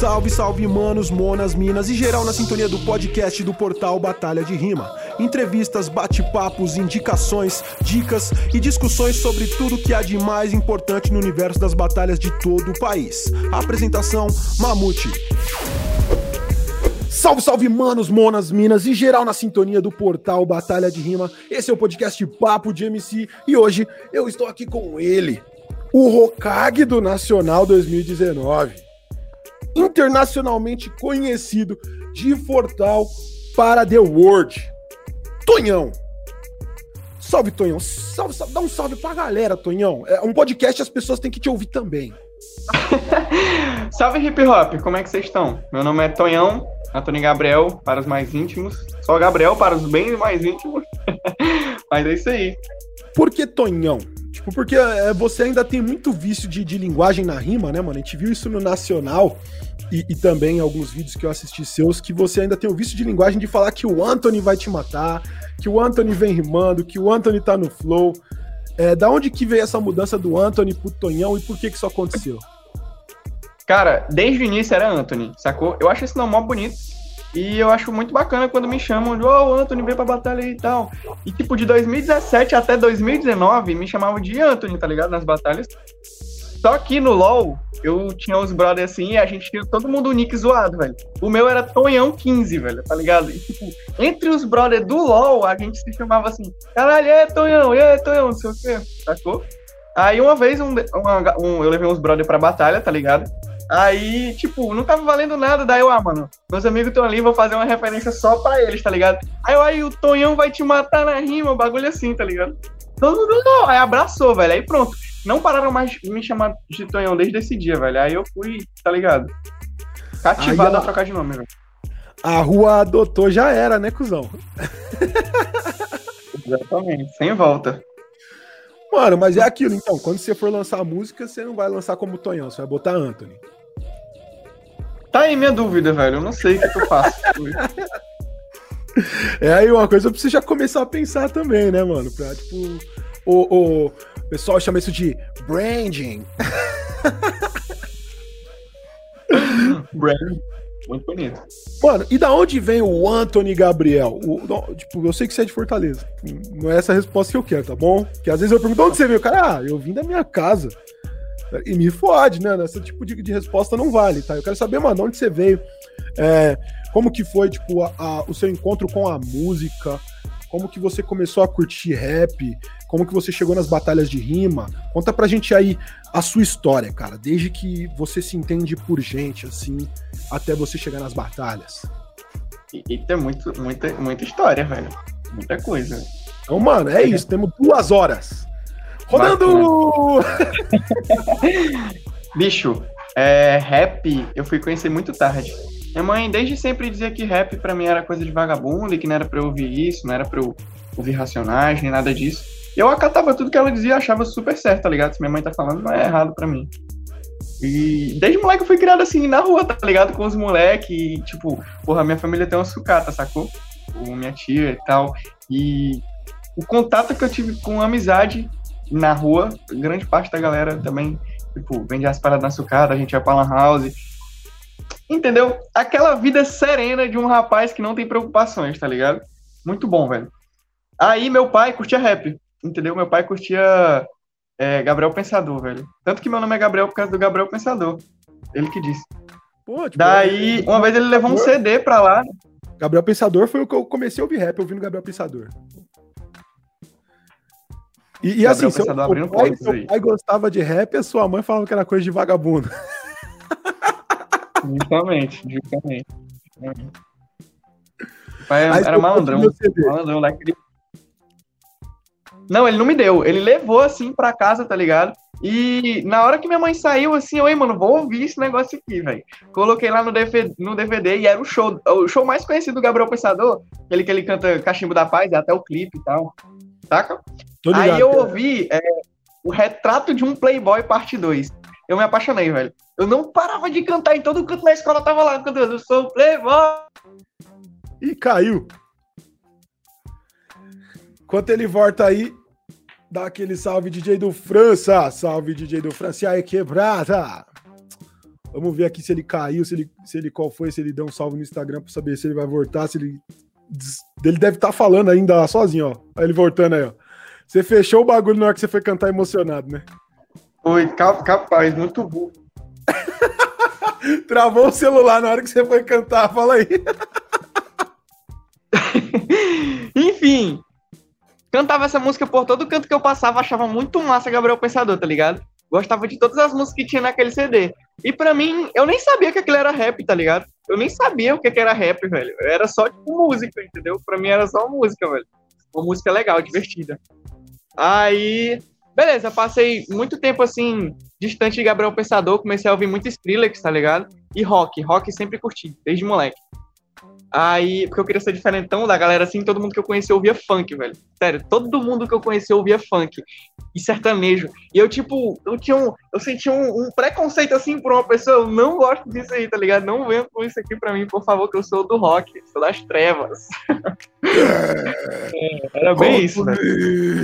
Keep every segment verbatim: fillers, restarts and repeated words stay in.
Salve, salve, manos, monas, minas e geral na sintonia do podcast do portal Batalha de Rima. Entrevistas, bate-papos, indicações, dicas e discussões sobre tudo que há de mais importante no universo das batalhas de todo o país. Apresentação, Mamute. Salve, salve, manos, monas, minas e geral na sintonia do portal Batalha de Rima. Esse é o podcast Papo de M C e hoje eu estou aqui com ele, o Hokage do Nacional dois mil e dezenove. Internacionalmente conhecido de Fortal para The World, Tonhão. Salve, Tonhão. Salve, salve. Dá um salve pra galera, Tonhão. É um podcast, as pessoas têm que te ouvir também. Salve, hip hop. Como é que vocês estão? Meu nome é Tonhão, Antônio Gabriel para os mais íntimos. Só Gabriel para os bem mais íntimos. Mas é isso aí. Por que Tonhão? Tipo, porque é, você ainda tem muito vício de, de linguagem na rima, né, mano? A gente viu isso no Nacional e, e também em alguns vídeos que eu assisti seus, que você ainda tem o vício de linguagem de falar que o Anthony vai te matar, que o Anthony vem rimando, que o Anthony tá no flow. É, da onde que veio essa mudança do Anthony pro Tonhão e por que que isso aconteceu? Cara, desde o início era Anthony, sacou? Eu acho esse nome mó bonito. E eu acho muito bacana quando me chamam de, ô, oh, Anthony, vem pra batalha aí e tal. E tipo, de dois mil e dezessete até dois mil e dezenove, me chamavam de Anthony, tá ligado? Nas batalhas. Só que no LoL, eu tinha uns brothers assim, e a gente tinha todo mundo o nick zoado, velho. O meu era Tonhão quinze, velho, tá ligado? E tipo, entre os brothers do LoL, a gente se chamava assim, caralho, é Tonhão, é Tonhão, não sei o quê, sacou? Aí uma vez, um, uma, um, eu levei uns brothers pra batalha, tá ligado? Aí, tipo, não tava valendo nada, daí eu, ah, mano, meus amigos estão ali, vou fazer uma referência só pra eles, tá ligado? Aí eu, aí o Tonhão vai te matar na rima, um bagulho assim, tá ligado? Todo mundo, não, aí abraçou, velho, aí pronto. Não pararam mais de me chamar de Tonhão desde esse dia, velho, aí eu fui, tá ligado? Cativado a trocar de nome, velho. A rua adotou, já era, né, cuzão? Exatamente, sem volta. Mano, mas é aquilo, então, quando você for lançar música, você não vai lançar como Tonhão, você vai botar Anthony. Tá aí minha dúvida, velho. Eu não sei o que, que eu faço. É aí uma coisa pra você já começar a pensar também, né, mano? Pra, tipo, o, o pessoal chama isso de branding. Branding. Muito bonito. Mano, e da onde vem o Anthony Gabriel? O, não, tipo, eu sei que você é de Fortaleza. Não é essa a resposta que eu quero, tá bom? Porque às vezes eu pergunto, onde você veio? Cara, ah, eu vim da minha casa. E me fode, né? Esse tipo de, de resposta não vale, tá? Eu quero saber, mano, onde você veio, é, como que foi, tipo, a, a, o seu encontro com a música, como que você começou a curtir rap, como que você chegou nas batalhas de rima. Conta pra gente aí a sua história, cara, desde que você se entende por gente, assim, até você chegar nas batalhas. E, e tem muito, muita, muita história, velho. Muita coisa. Então, mano, é isso, temos duas horas. Rodando! Bicho, é, rap eu fui conhecer muito tarde. Minha mãe desde sempre dizia que rap pra mim era coisa de vagabundo e que não era pra eu ouvir isso, não era pra eu ouvir Racionais, nem nada disso. E eu acatava tudo que ela dizia e achava super certo, tá ligado? Se minha mãe tá falando, não é errado pra mim. E desde moleque eu fui criado assim, na rua, tá ligado? Com os moleques e, tipo, porra, minha família tem uma sucata, sacou? Com minha tia e tal. E o contato que eu tive com amizade na rua, grande parte da galera também, tipo, vende as paradas na sucata, a gente vai pra lan house. Entendeu? Aquela vida serena de um rapaz que não tem preocupações, tá ligado? Muito bom, velho. Aí meu pai curtia rap, entendeu? Meu pai curtia é, Gabriel Pensador, velho. Tanto que meu nome é Gabriel por causa do Gabriel Pensador. Ele que disse. Pô, tipo, daí, uma vez ele levou um C D pra lá. Gabriel Pensador foi o que eu comecei a ouvir rap, ouvindo Gabriel Pensador. E, e assim, seu, seu, pai, seu pai gostava de rap e a sua mãe falava que era coisa de vagabundo. Justamente, justamente. O pai era, era malandrão. malandrão lá que ele... Não, ele não me deu. Ele levou, assim, pra casa, tá ligado? E na hora que minha mãe saiu, assim, eu, mano, vou ouvir esse negócio aqui, velho. Coloquei lá no D V D, no D V D e era o show, o show mais conhecido do Gabriel Pensador. Aquele que ele canta Cachimbo da Paz, até o clipe e tal. Saca? Aí eu ouvi é, o Retrato de um Playboy parte dois. Eu me apaixonei, velho. Eu não parava de cantar em todo canto na escola, eu tava lá cantando, eu sou Playboy. E caiu. Enquanto ele volta aí, dá aquele salve D J do França. Salve D J do França. E aí, quebrada. Vamos ver aqui se ele caiu, se ele, se ele qual foi, se ele deu um salve no Instagram pra saber se ele vai voltar, se ele... Ele deve estar tá falando ainda sozinho, ó. Aí ele voltando aí, ó. Você fechou o bagulho na hora que você foi cantar emocionado, né? Foi, capaz, muito burro. Travou o celular na hora que você foi cantar, fala aí. Enfim, cantava essa música por todo canto que eu passava, achava muito massa Gabriel Pensador, tá ligado? Gostava de todas as músicas que tinha naquele C D. E pra mim, eu nem sabia que aquilo era rap, tá ligado? Eu nem sabia o que era rap, velho. Era só, tipo, música, entendeu? Pra mim era só música, velho. Uma música legal, divertida. Aí, beleza, passei muito tempo, assim, distante de Gabriel Pensador. Comecei a ouvir muito Skrillex, tá ligado? E rock. Rock sempre curti, desde moleque. Aí, porque eu queria ser diferentão da galera, assim, todo mundo que eu conhecia ouvia funk, velho. Sério, todo mundo que eu conhecia ouvia funk e sertanejo. E eu, tipo, eu tinha um, eu sentia um, um preconceito, assim, por uma pessoa, eu não gosto disso aí, tá ligado? Não venha com isso aqui pra mim, por favor, que eu sou do rock, sou das trevas. É, era bem isso, velho.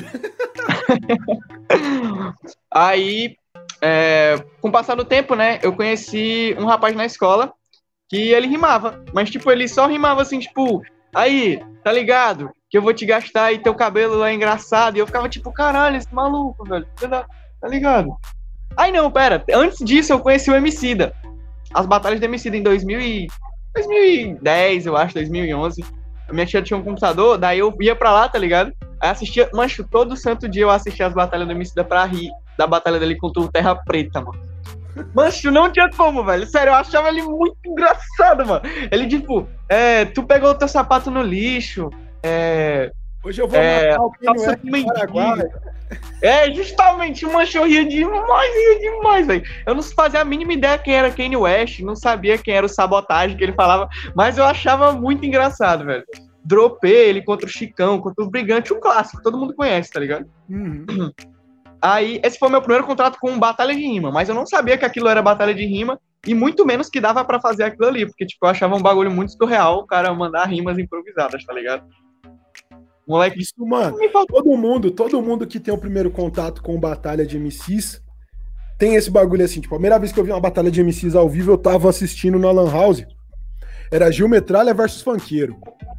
Aí, é, com o passar do tempo, né, eu conheci um rapaz na escola que ele rimava, mas, tipo, ele só rimava assim, tipo, aí, tá ligado? Que eu vou te gastar e teu cabelo é engraçado. E eu ficava tipo, caralho, esse maluco, velho, tá ligado? Aí não, pera, antes disso eu conheci o Emicida. As batalhas do Emicida em dois mil e... dois mil e dez, eu acho, dois mil e onze. A minha tia tinha um computador, daí eu ia pra lá, tá ligado? Aí assistia, mancho, todo santo dia eu assistia as batalhas do Emicida pra rir da batalha dele contra o Terra Preta, mano. Mancho, não tinha como, velho. Sério, eu achava ele muito engraçado, mano. Ele, tipo, é, tu pegou o teu sapato no lixo. É, Hoje eu vou é, matar o Kanye West no Paraguai. É, justamente, o mancho, eu ria demais, ria demais, velho. Eu não fazia a mínima ideia quem era Kanye West, não sabia quem era o Sabotagem que ele falava, mas eu achava muito engraçado, velho. Dropei ele contra o Chicão, contra o Brigante, um clássico, todo mundo conhece, tá ligado? Uhum. Aí, esse foi meu primeiro contrato com batalha de rima, mas eu não sabia que aquilo era batalha de rima, e muito menos que dava pra fazer aquilo ali, porque, tipo, eu achava um bagulho muito surreal o cara mandar rimas improvisadas, tá ligado? Moleque, isso, mano, todo mundo, todo mundo que tem o primeiro contato com batalha de M Cs tem esse bagulho assim, tipo, a primeira vez que eu vi uma batalha de M Cs ao vivo, eu tava assistindo na Lan House, era Gil Metralha versus Funkeiro.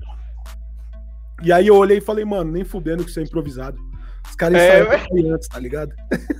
E aí eu olhei e falei, mano, nem fudendo que isso é improvisado. Os caras ensaiam antes, tá ligado?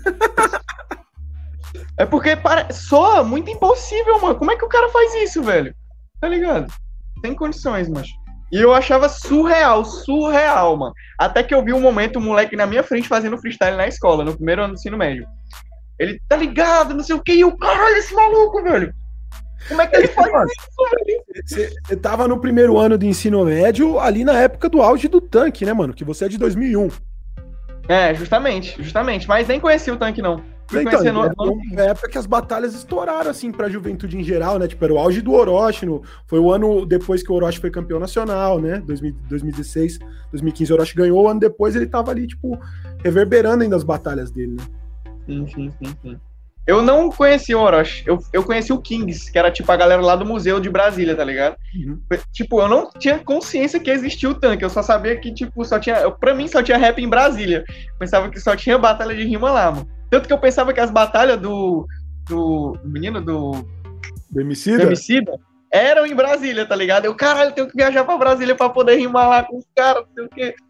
É porque para... soa muito impossível, mano. Como é que o cara faz isso, velho? Tá ligado? Tem condições, mano. E eu achava surreal, surreal, mano. Até que eu vi um momento, um moleque na minha frente fazendo freestyle na escola, no primeiro ano do ensino médio. Ele, tá ligado, não sei o que, e o caralho, esse maluco, velho. Como é que ele faz isso, velho? Você tava no primeiro ano do ensino médio, ali na época do auge do Tanque, né, mano? Que você é de dois mil e um. É, justamente, justamente. Mas nem conheci o Tanque, não. Fui então, conhecer no... é a época que as batalhas estouraram, assim, pra juventude em geral, né? Tipo, era o auge do Orochi, no... foi o ano depois que o Orochi foi campeão nacional, né? dois mil, dois mil e dezesseis, dois mil e quinze o Orochi ganhou, o ano depois ele tava ali, tipo, reverberando ainda as batalhas dele, né? Sim, sim, sim, sim. Eu não conheci o Orochi, eu, eu conheci o Kings, que era, tipo, a galera lá do Museu de Brasília, tá ligado? Uhum. Tipo, eu não tinha consciência que existia o Tanque, eu só sabia que, tipo, só tinha... Eu, pra mim, só tinha rap em Brasília. Pensava que só tinha batalha de rima lá, mano. Tanto que eu pensava que as batalhas do, do, do menino do... Do Emicida? Do Emicida eram em Brasília, tá ligado? Eu, caralho, eu tenho que viajar pra Brasília pra poder rimar lá com os caras, não sei o quê.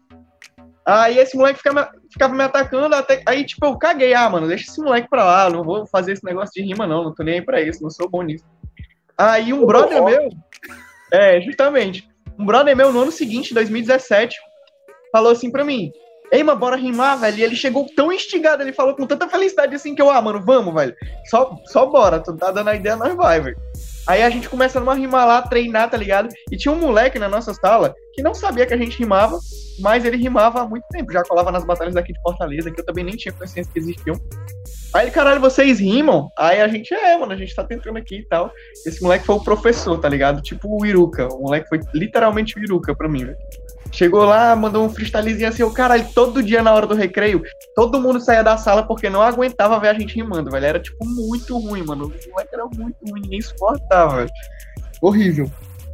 Aí esse moleque ficava, ficava me atacando, até, aí tipo, eu caguei, ah, mano, deixa esse moleque pra lá, não vou fazer esse negócio de rima não, não tô nem aí pra isso, não sou bom nisso. Aí um brother meu, é, justamente, um brother meu no ano seguinte, dois mil e dezessete, falou assim pra mim, ei, mano, bora rimar, velho, e ele chegou tão instigado, ele falou com tanta felicidade assim, que eu, ah, mano, vamos, velho, só, só bora, tu tá dando a ideia, nós vai, velho. Aí a gente começa a rimar lá, treinar, tá ligado? E tinha um moleque na nossa sala que não sabia que a gente rimava, mas ele rimava há muito tempo, já colava nas batalhas daqui de Fortaleza, que eu também nem tinha consciência que existiam. Aí ele, caralho, vocês rimam? Aí a gente, é, mano, a gente tá tentando aqui e tal. Esse moleque foi o professor, tá ligado? Tipo o Iruka, o moleque foi literalmente o Iruka pra mim, velho. Chegou lá, mandou um freestylezinho assim, o caralho, todo dia na hora do recreio, todo mundo saía da sala porque não aguentava ver a gente rimando, velho. Era, tipo, muito ruim, mano. O moleque era muito ruim, ninguém suportava, velho. Horrível.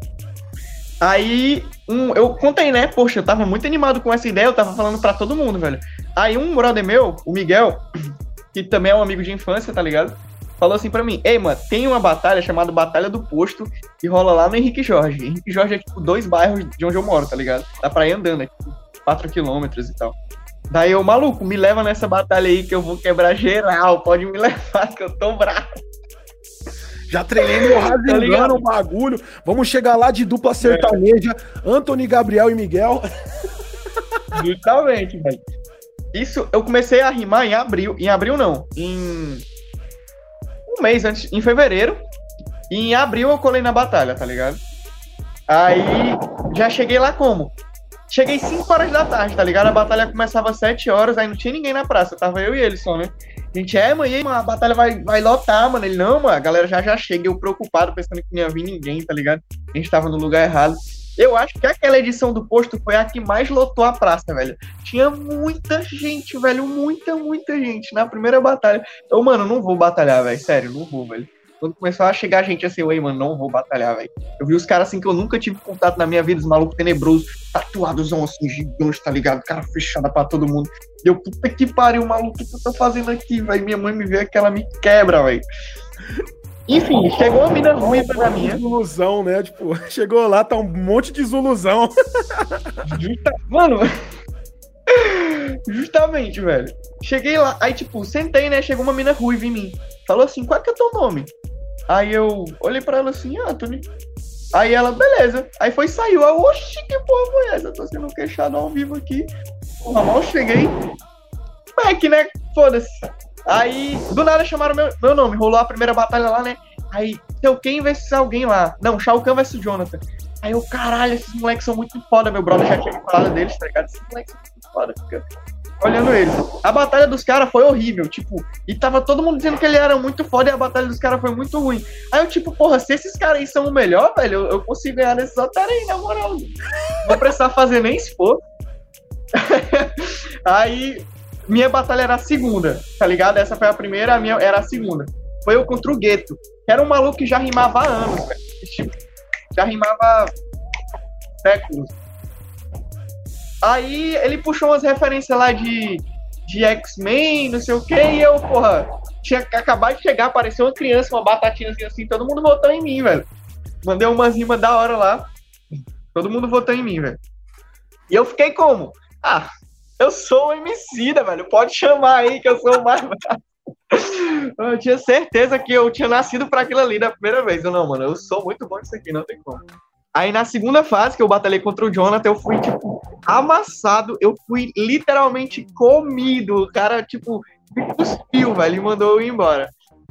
Aí, um, eu contei, né? Poxa, eu tava muito animado com essa ideia, eu tava falando pra todo mundo, velho. Aí um brother meu, o Miguel, que também é um amigo de infância, tá ligado? falou assim pra mim, ei, mano, tem uma batalha chamada Batalha do Posto que rola lá no Henrique Jorge. Henrique Jorge é, tipo, dois bairros de onde eu moro, tá ligado? Dá pra ir andando, é tipo, quatro quilômetros e tal. Daí eu, maluco, me leva nessa batalha aí que eu vou quebrar geral, pode me levar que eu tô bravo. Já treinei no rasgando o bagulho. Vamos chegar lá de dupla sertaneja, é. Anthony, Gabriel e Miguel. Justamente, velho. Isso, eu comecei a rimar em abril. Em abril, não. Em um mês antes, em fevereiro. E em abril eu colei na batalha, tá ligado? Aí, já cheguei lá como? Cheguei cinco horas da tarde, tá ligado? A batalha começava às sete horas, aí não tinha ninguém na praça. Tava eu e ele só, né? A gente, é, mano, e aí, mano, a batalha vai, vai lotar, mano. Ele, não, mano, a galera já já chega. Eu preocupado, pensando que não ia vir ninguém, tá ligado? A gente tava no lugar errado. Eu acho que aquela edição do Posto foi a que mais lotou a praça, velho. Tinha muita gente, velho. Muita, muita gente na primeira batalha. Então, mano, não vou batalhar, velho. Sério, não vou, velho. Quando começou a chegar gente assim, ei, mano, não vou batalhar, velho. Eu vi os caras assim que eu nunca tive contato na minha vida, os malucos tenebrosos, tatuados assim, gigantes, tá ligado? Cara fechada pra todo mundo. E eu, puta que pariu, maluco, o que eu tô fazendo aqui, velho? Minha mãe me vê que ela me quebra, velho. Enfim, chegou uma mina ruim pra minha. Ilusão, né? Tipo, chegou lá, tá um monte de ilusão. Justa... Mano, justamente, velho. Cheguei lá, aí tipo, sentei, né? Chegou uma mina ruiva em mim. Falou assim, qual que é o teu nome? Aí eu olhei pra ela assim, Anthony. Aí ela, beleza. Aí foi e saiu. Eu, oxi, que porra foi essa? Eu tô sendo queixado ao vivo aqui. Porra, mal cheguei. Mac, né? Foda-se. Aí, do nada chamaram meu, meu nome. Rolou a primeira batalha lá, né? Aí, seu quem versus alguém lá. Não, Shao Kahn versus Jonathan. Aí eu, caralho, esses moleques são muito foda. Meu brother já tinha falado deles, tá ligado? Esses moleques são muito foda. Fica olhando eles. A batalha dos caras foi horrível, tipo, e tava todo mundo dizendo que ele era muito foda e a batalha dos caras foi muito ruim. Aí eu, tipo, porra, se esses caras aí são o melhor, velho, eu, eu consigo ganhar nesses otários aí, na moral. Não vou precisar fazer nem expor. Aí, minha batalha era a segunda, tá ligado? Essa foi a primeira, a minha era a segunda. Foi eu contra o Gueto, que era um maluco que já rimava há anos, velho. Tipo, já rimava há séculos. Aí ele puxou umas referências lá de, de X-Men, não sei o que, e eu, porra, tinha acabado de chegar, apareceu uma criança, uma batatinha assim, assim, todo mundo votou em mim, velho. Mandei umas rimas da hora lá, todo mundo votou em mim, velho. E eu fiquei como? Ah, eu sou o Emicida, velho, pode chamar aí que eu sou o mais... Eu tinha certeza que eu tinha nascido pra aquilo ali da primeira vez. Eu, não, mano, eu sou muito bom nisso aqui, não tem como. Aí na segunda fase, que eu batalhei contra o Jonathan, eu fui, tipo, amassado. Eu fui literalmente comido. O cara, tipo, me cuspiu, velho, e mandou eu ir embora.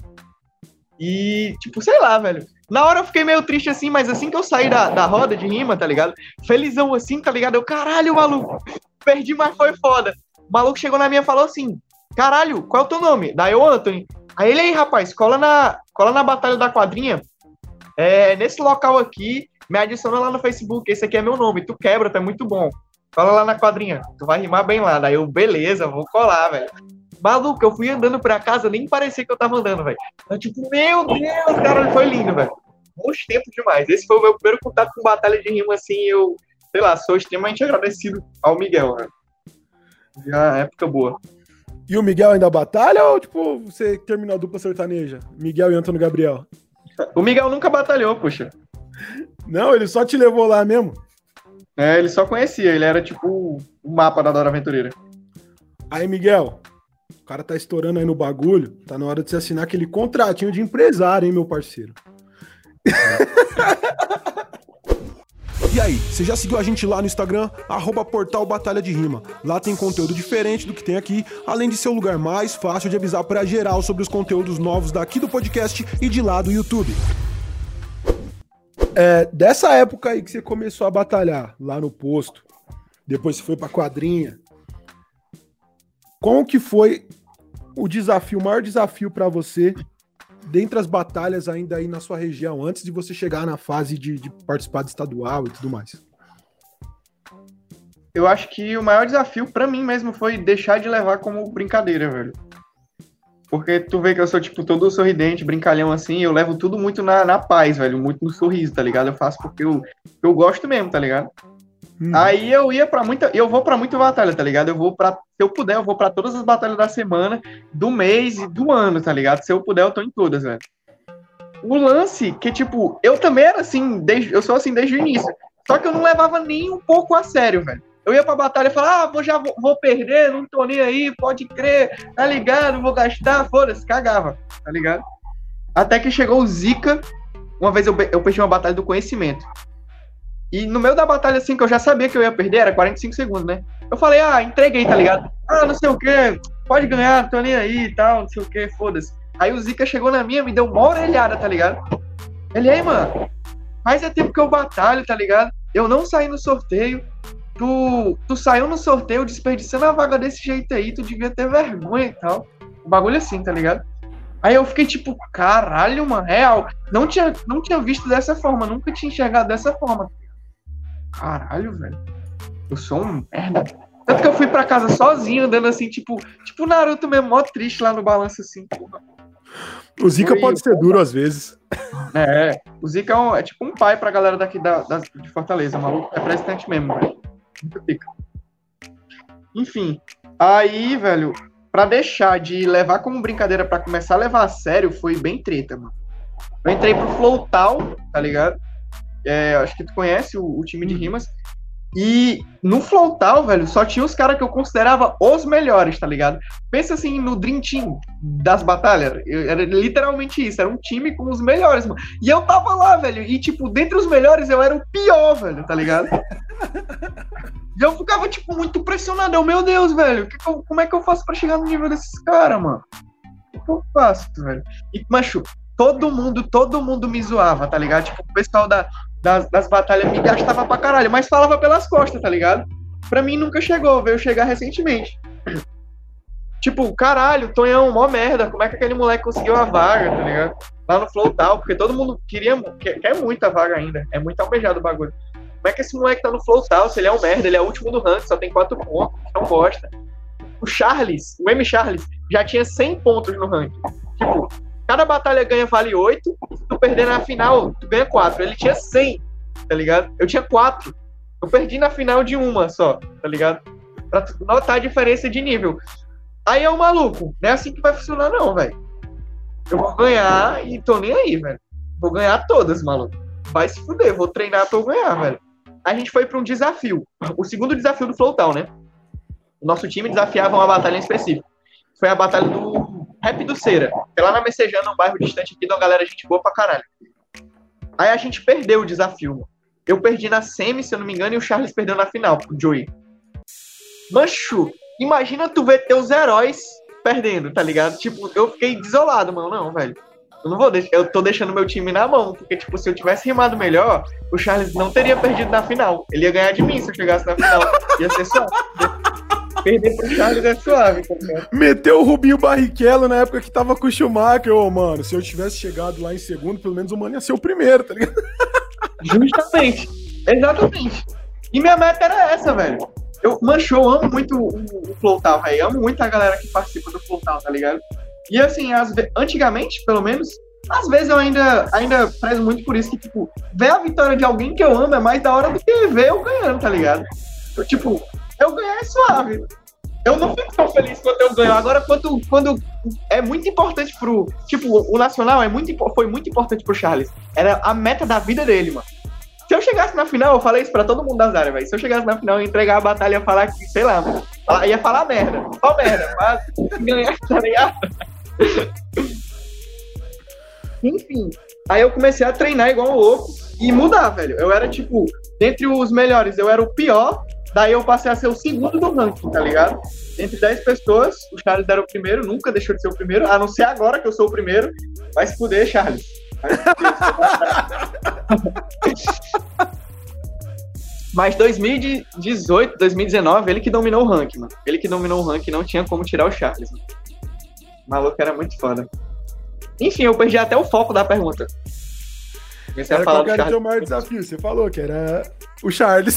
E, tipo, sei lá, velho. Na hora eu fiquei meio triste assim, mas assim que eu saí da, da roda de rima, tá ligado? Felizão assim, tá ligado? Eu, caralho, maluco, perdi, mas foi foda. O maluco chegou na minha e falou assim, caralho, qual é o teu nome? Daí eu, Anthony. Aí ele aí, rapaz, cola na, cola na Batalha da Quadrinha. É, nesse local aqui, me adiciona lá no Facebook, esse aqui é meu nome, tu quebra, tu é muito bom. Cola lá na quadrinha, tu vai rimar bem lá. Daí eu, beleza, vou colar, velho. Maluco, eu fui andando pra casa, nem parecia que eu tava andando, velho. Eu tipo, meu Deus, cara, foi lindo, velho. Muito tempo demais. Esse foi o meu primeiro contato com batalha de rima, assim, eu, sei lá, sou extremamente agradecido ao Miguel, velho. Já época boa. E o Miguel ainda batalha ou, tipo, você terminou a dupla sertaneja? Miguel e Antônio Gabriel? O Miguel nunca batalhou, puxa. Não, ele só te levou lá mesmo? É, ele só conhecia, ele era tipo o mapa da Dora Aventureira. Aí, Miguel, o cara tá estourando aí no bagulho, tá na hora de você assinar aquele contratinho de empresário, hein, meu parceiro? E aí, você já seguiu a gente lá no Instagram? Arroba Portal Batalha de Rima. Lá tem conteúdo diferente do que tem aqui, além de ser o lugar mais fácil de avisar pra geral sobre os conteúdos novos daqui do podcast e de lá do YouTube. É, dessa época aí que você começou a batalhar lá no posto, depois você foi pra quadrinha, como que foi o desafio, o maior desafio pra você dentre as batalhas ainda aí na sua região, antes de você chegar na fase de, de participar de estadual e tudo mais? Eu acho que o maior desafio pra mim mesmo foi deixar de levar como brincadeira, velho. Porque tu vê que eu sou, tipo, todo sorridente, brincalhão assim, eu levo tudo muito na, na paz, velho, muito no sorriso, tá ligado? Eu faço porque eu, eu gosto mesmo, tá ligado? Hum. Aí eu ia pra muita. Eu vou pra muita batalha, tá ligado? Eu vou pra. Se eu puder, eu vou pra todas as batalhas da semana, do mês e do ano, tá ligado? Se eu puder, eu tô em todas, velho. O lance que, tipo, eu também era assim, desde, eu sou assim desde o início. Só que eu não levava nem um pouco a sério, velho. Eu ia pra batalha e falava, ah, vou, já vou, vou perder, não tô nem aí, pode crer, tá ligado? Vou gastar, foda-se, cagava, tá ligado? Até que chegou o Zika. Uma vez eu, eu perdi uma batalha do conhecimento. E no meio da batalha, assim, que eu já sabia que eu ia perder, era quarenta e cinco segundos, né? Eu falei, ah, entreguei, tá ligado? Ah, não sei o que, pode ganhar, não tô nem aí e tal, não sei o que, foda-se. Aí o Zika chegou na minha, me deu uma orelhada, tá ligado? Ele, aí, mano, mas é tempo que eu batalho, tá ligado? Eu não saí no sorteio, tu, tu saiu no sorteio desperdiçando a vaga desse jeito aí, tu devia ter vergonha e tal. O bagulho assim, tá ligado? Aí eu fiquei tipo, caralho, mano, real. Não tinha, não tinha visto dessa forma, nunca tinha enxergado dessa forma. Caralho, velho. Eu sou um merda. Tanto que eu fui pra casa sozinho, andando assim, tipo, tipo Naruto mesmo, mó triste lá no balanço assim. Porra. O Zika Foi, pode ser duro às vezes. É, o Zika é, um, é tipo um pai pra galera daqui da, da, de Fortaleza, maluco, representante mesmo, velho. Muito pica. Enfim, aí, velho, pra deixar de levar como brincadeira pra começar a levar a sério, foi bem treta, mano. Eu entrei pro Flowtal, tá ligado? É, acho que tu conhece o, o time de rimas. E no Flowtal, velho, só tinha os caras que eu considerava os melhores, tá ligado? Pensa assim no Dream Team das batalhas. Eu, era literalmente isso, era um time com os melhores, mano. E eu tava lá, velho, e tipo, dentre os melhores eu era o pior, velho, tá ligado? E eu ficava, tipo, muito pressionado. Eu, meu Deus, velho, que que eu, como é que eu faço pra chegar no nível desses caras, mano? O que eu faço, velho? E, macho, todo mundo, todo mundo me zoava, tá ligado? Tipo, o pessoal da... Das, das batalhas me gastava pra caralho, mas falava pelas costas, tá ligado? Pra mim nunca chegou, veio chegar recentemente. Tipo, caralho, Tonhão, mó merda, como é que aquele moleque conseguiu a vaga, tá ligado? Lá no Flowtal, porque todo mundo queria, quer, quer muita vaga ainda, é muito almejado o bagulho. Como é que esse moleque tá no Flowtal, se ele é um merda, ele é o último do ranking, só tem quatro pontos, não gosta. O Charles, o M. Charles, já tinha cem pontos no ranking. Tipo, cada batalha ganha vale oito, se tu perder na final, tu ganha quatro. Ele tinha cem, tá ligado? Eu tinha quatro. Eu perdi na final de uma só, tá ligado? Pra tu notar a diferença de nível. Aí é o maluco, não é assim que vai funcionar não, velho. Eu vou ganhar e tô nem aí, velho. Vou ganhar todas, maluco. Vai se fuder, vou treinar pra eu ganhar, velho. A gente foi pra um desafio. O segundo desafio do Flowtal, né? O nosso time desafiava uma batalha em específico. Foi a batalha do Rap do Cera, que é lá na Messejana, um bairro distante aqui, de uma galera gente boa pra caralho. Aí a gente perdeu o desafio, mano. Eu perdi na semi, se eu não me engano, e o Charles perdeu na final, pro Joey. Mancho, imagina tu ver teus heróis perdendo, tá ligado? Tipo, eu fiquei desolado, mano. Não, velho. Eu não vou deixar, eu tô deixando meu time na mão, porque, tipo, se eu tivesse rimado melhor, o Charles não teria perdido na final. Ele ia ganhar de mim se eu chegasse na final. Ia ser só. Perder pro Charles é suave, tá? Meteu o Rubinho Barrichello na época que tava com o Schumacher. Ô, mano, se eu tivesse chegado lá em segundo, pelo menos o mano ia ser o primeiro, tá ligado? Justamente. Exatamente. E minha meta era essa, velho. Eu, mancho, eu amo muito o, o Flowtal, velho. Amo muito a galera que participa do Flowtal, tá ligado? E assim, as, antigamente, pelo menos, às vezes eu ainda, ainda prezo muito por isso, que, tipo, ver a vitória de alguém que eu amo é mais da hora do que ver eu ganhando, tá ligado? Eu, tipo... Eu ganhar é suave. Eu não fico tão feliz quando eu ganho. Agora, quando, quando é muito importante pro... Tipo, o Nacional é muito, foi muito importante pro Charles. Era a meta da vida dele, mano. Se eu chegasse na final, eu falei isso pra todo mundo das áreas, velho. Se eu chegasse na final e entregar a batalha, ia falar que, sei lá, mano. Ia falar merda. Só merda. Mas ganhar, tá ligado? Enfim. Aí eu comecei a treinar igual um louco e mudar, velho. Eu era, tipo, dentre os melhores, eu era o pior. Daí eu passei a ser o segundo do ranking, tá ligado? Entre dez pessoas, o Charles era o primeiro, nunca deixou de ser o primeiro, a não ser agora que eu sou o primeiro. Vai se fuder, Charles. Vai se fuder. Mas dois mil e dezoito, dois mil e dezenove, ele que dominou o ranking, mano. Ele que dominou o ranking, não tinha como tirar o Charles, mano. O maluco era muito foda. Enfim, eu perdi até o foco da pergunta. Comecei a falar do Charles. Qual era o teu maior desafio? Você falou que era o Charles.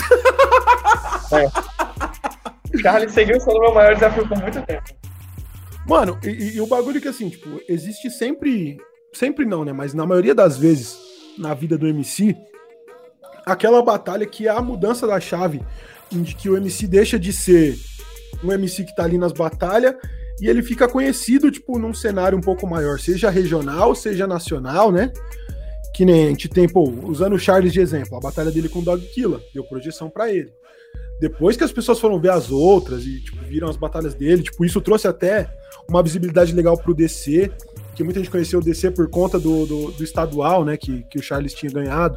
É. Charles seguiu sendo o meu maior desafio por muito tempo. Mano, e, e o bagulho que assim, tipo, existe sempre... Sempre não, né? Mas na maioria das vezes, na vida do M C, aquela batalha que é a mudança da chave, em que o M C deixa de ser um M C que tá ali nas batalhas e ele fica conhecido, tipo, num cenário um pouco maior, seja regional, seja nacional, né? Que nem a gente tem, pô, usando o Charles de exemplo, a batalha dele com o Dog Killa, deu projeção pra ele. Depois que as pessoas foram ver as outras e, tipo, viram as batalhas dele, tipo, isso trouxe até uma visibilidade legal pro D C, que muita gente conheceu o D C por conta do, do, do estadual, né, que, que o Charles tinha ganhado.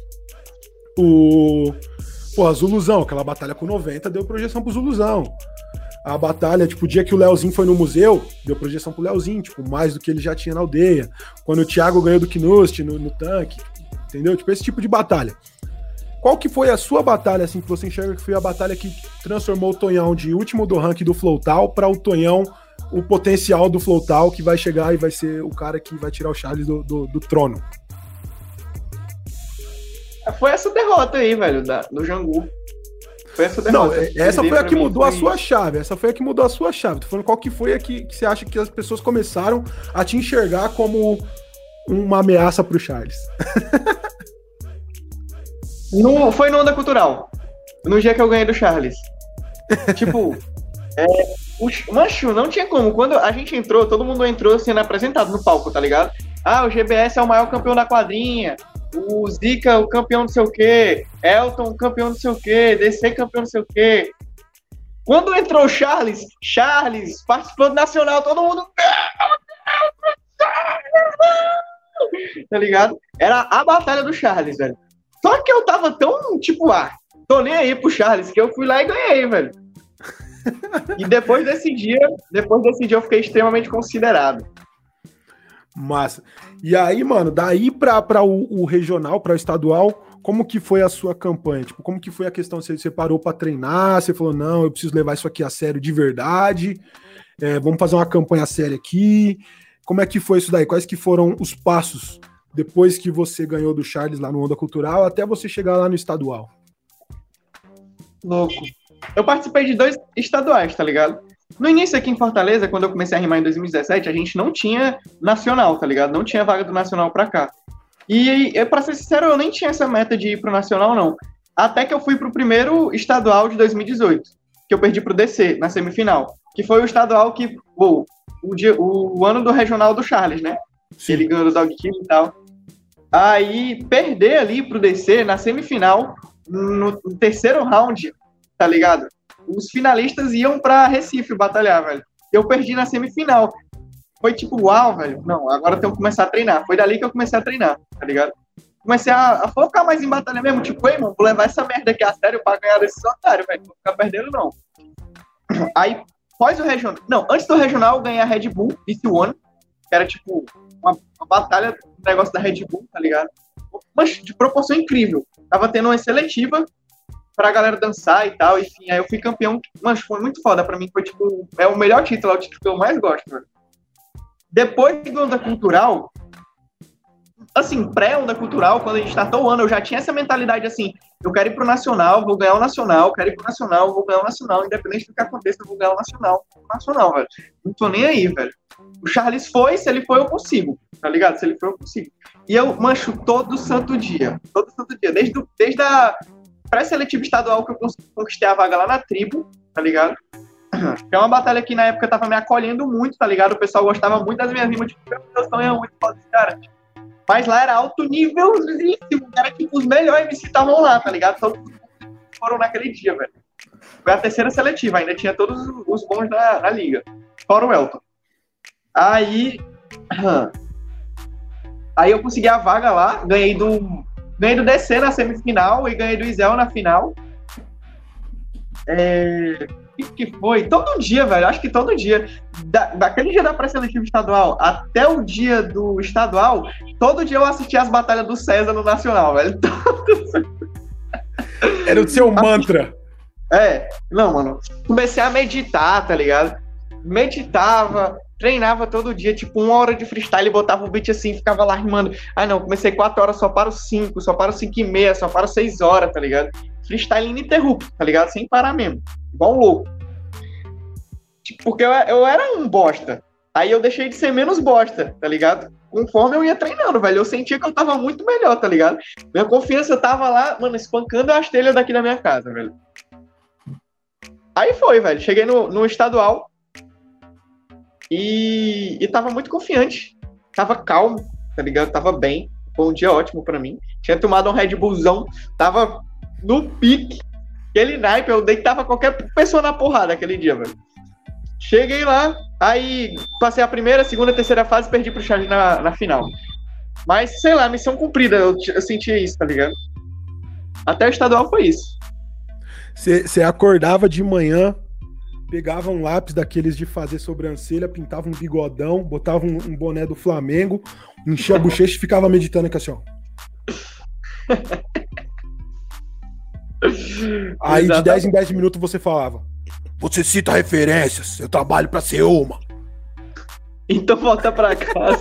O... Pô, a Zuluzão, aquela batalha com noventa deu projeção pro Zuluzão. A batalha, tipo, o dia que o Leozinho foi no museu, deu projeção pro Leozinho, tipo, mais do que ele já tinha na aldeia. Quando o Thiago ganhou do Knust no, no tanque, entendeu? Tipo, esse tipo de batalha. Qual que foi a sua batalha, assim, que você enxerga que foi a batalha que transformou o Tonhão de último do ranking do Flowtal para o Tonhão, o potencial do Flowtal, que vai chegar e vai ser o cara que vai tirar o Charles do, do, do trono? Foi essa derrota aí, velho, da, do Jangu. Foi essa derrota. Não, essa foi a que mudou a sua chave. Essa foi a que mudou a sua chave. Tô falando qual que foi a que, que você acha que as pessoas começaram a te enxergar como uma ameaça pro Charles. No, foi no Onda Cultural. No dia que eu ganhei do Charles. Tipo, é, o, mancho, não tinha como. Quando a gente entrou, todo mundo entrou sendo apresentado no palco, tá ligado? Ah, o G B S é o maior campeão da quadrinha. O Zika, o campeão não sei o quê. Elton, campeão não sei o quê. D C, campeão não sei o quê. Quando entrou o Charles, Charles, participando nacional, todo mundo... Tá ligado? Era a batalha do Charles, velho. Só que eu tava tão, tipo, ah, tô nem aí pro Charles, que eu fui lá e ganhei, velho. E depois desse dia, depois desse dia eu fiquei extremamente considerado. Massa. E aí, mano, daí pra, pra o, o regional, pra o estadual, como que foi a sua campanha? Tipo, como que foi a questão? Você, você parou pra treinar? Você falou, não, eu preciso levar isso aqui a sério de verdade. É, vamos fazer uma campanha séria aqui. Como é que foi isso daí? Quais que foram os passos depois que você ganhou do Charles lá no Onda Cultural até você chegar lá no estadual? Louco. Eu participei de dois estaduais, tá ligado? No início aqui em Fortaleza, quando eu comecei a rimar em dois mil e dezessete, a gente não tinha nacional, tá ligado? Não tinha vaga do nacional pra cá. E, pra ser sincero, eu nem tinha essa meta de ir pro nacional, não. Até que eu fui pro primeiro estadual de dois mil e dezoito, que eu perdi pro D C, na semifinal. Que foi o estadual que, pô, o, dia, o, o ano do regional do Charles, né? Sim. Ele ganhou do Dog Kill e tal. Aí, perder ali pro D C, na semifinal, no, no terceiro round, tá ligado? Os finalistas iam pra Recife batalhar, velho. Eu perdi na semifinal. Foi tipo, uau, velho. Não, agora eu tenho que começar a treinar. Foi dali que eu comecei a treinar, tá ligado? Comecei a, a focar mais em batalha mesmo. Tipo, ei, mano, vou levar essa merda aqui a sério pra ganhar desses otários, velho. Não vou ficar perdendo, não. Aí, pós o regional... Não, antes do regional, eu ganhei a Red Bull, P C um, que era tipo uma, uma batalha do negócio da Red Bull, tá ligado? Mas de proporção incrível. Tava tendo uma seletiva pra galera dançar e tal, enfim, aí eu fui campeão, mas foi muito foda pra mim, foi tipo, é o melhor título, é o título que eu mais gosto, velho. Depois do Onda Cultural, assim, pré-Onda Cultural, quando a gente startou o ano, eu já tinha essa mentalidade assim, eu quero ir pro Nacional, vou ganhar o Nacional, quero ir pro Nacional, vou ganhar o Nacional, independente do que aconteça, eu vou ganhar o Nacional, o Nacional, velho. Não tô nem aí, velho. O Charles foi, se ele foi, eu consigo, tá ligado? Se ele foi, eu consigo. E eu mancho todo santo dia, todo santo dia, desde, do, desde a pré-seletiva estadual que eu conquistei a vaga lá na tribo, tá ligado? Que é uma batalha que na época tava me acolhendo muito, tá ligado? O pessoal gostava muito das minhas rimas, tipo, meu Deus, não é muito foda esse cara. Mas lá era alto nívelzíssimo, era tipo, os melhores M C estavam lá, tá ligado? Todos foram naquele dia, velho. Foi a terceira seletiva, ainda tinha todos os bons na, na liga, fora o Elton. Aí, aí eu consegui a vaga lá, ganhei do... Ganhei do D C na semifinal e ganhei do Isel na final. É... O que foi? Todo dia, velho. Acho que todo dia. Da, daquele dia da pré-seletiva estadual até o dia do estadual, todo dia eu assistia as batalhas do César no Nacional, velho. Era o seu mantra. É. Não, mano. Comecei a meditar, tá ligado? Meditava... Treinava todo dia, tipo, uma hora de freestyle, botava o beat assim, ficava lá rimando. Ah, não, comecei quatro horas, só para os cinco, só para os cinco e meia, só para os seis horas, tá ligado? Freestyle ininterrupto, tá ligado? Sem parar mesmo. Igual um louco. Tipo, porque eu, eu era um bosta. Aí eu deixei de ser menos bosta, tá ligado? Conforme eu ia treinando, velho, eu sentia que eu tava muito melhor, tá ligado? Minha confiança tava lá, mano, espancando as telhas daqui da minha casa, velho. Aí foi, velho, cheguei no, no estadual e, e tava muito confiante, tava calmo, tá ligado? Tava bem, foi um dia ótimo pra mim. Tinha tomado um Red Bullzão, tava no pique, aquele naipe, eu deitava qualquer pessoa na porrada aquele dia, velho. Cheguei lá, aí passei a primeira, segunda, terceira fase, perdi pro Charles na, na final. Mas, sei lá, missão cumprida, eu, eu sentia isso, tá ligado? Até o estadual foi isso. Você acordava de manhã, pegava um lápis daqueles de fazer sobrancelha, pintava um bigodão, botava um, um boné do Flamengo, enchia a bochecha e ficava meditando aqui assim, ó. Aí de dez em dez minutos você falava: você cita referências, eu trabalho pra ser uma. Então volta pra casa.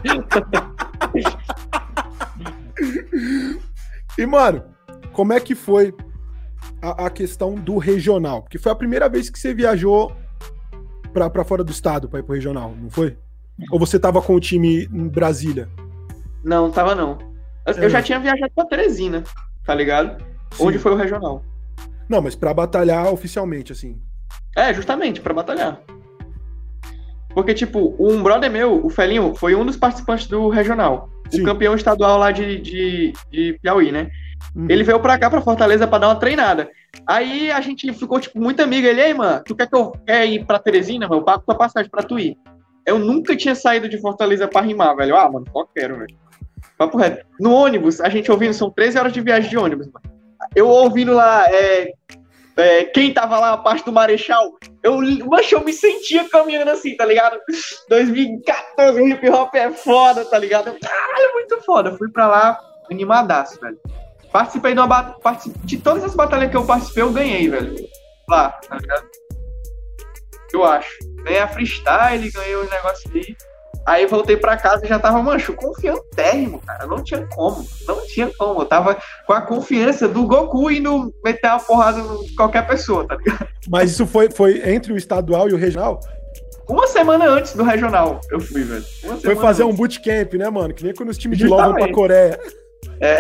E, mano, como é que foi a, a questão do regional? Porque foi a primeira vez que você viajou pra, pra fora do estado pra ir pro regional, não foi? Ou você tava com o time em Brasília? Não, tava não. Eu, É. eu já tinha viajado pra Teresina, tá ligado? Sim. Onde foi o regional. Não, mas pra batalhar oficialmente, assim. É, justamente, pra batalhar. Porque, tipo, um brother meu, o Felinho, foi um dos participantes do regional. Sim. O campeão estadual lá de, de, de Piauí, né? Uhum. Ele veio pra cá, pra Fortaleza, pra dar uma treinada. Aí a gente ficou, tipo, muito amigo. Ele, ei, mano, tu quer que eu quer ir pra Teresina, mano? Eu pago tua passagem pra tu ir. Eu nunca tinha saído de Fortaleza pra rimar, velho. Ah, mano, só quero, velho. Papo reto. No ônibus, a gente ouvindo, são treze horas de viagem de ônibus, mano. Eu ouvindo lá, é, é, quem tava lá, a parte do Marechal, eu, mas eu me sentia caminhando assim, tá ligado? dois mil e quatorze, o hip hop é foda, tá ligado? Caralho, muito foda. Fui pra lá, animadaço, velho. Participei de uma batalha, particip... de todas as batalhas que eu participei, eu ganhei, velho. Lá, tá ligado? Eu acho. Ganhei a freestyle, ganhei os negócios ali. Aí voltei pra casa e já tava, mancho, confiantérrimo, cara. Não tinha como. Não tinha como. Eu tava com a confiança do Goku indo meter uma porrada em qualquer pessoa, tá ligado? Mas isso foi, foi entre o estadual e o regional? Uma semana antes do regional eu fui, velho. Uma Foi semana fazer antes. um bootcamp, né, mano? Que nem quando os times de LoL vão pra Justamente. Coreia. É.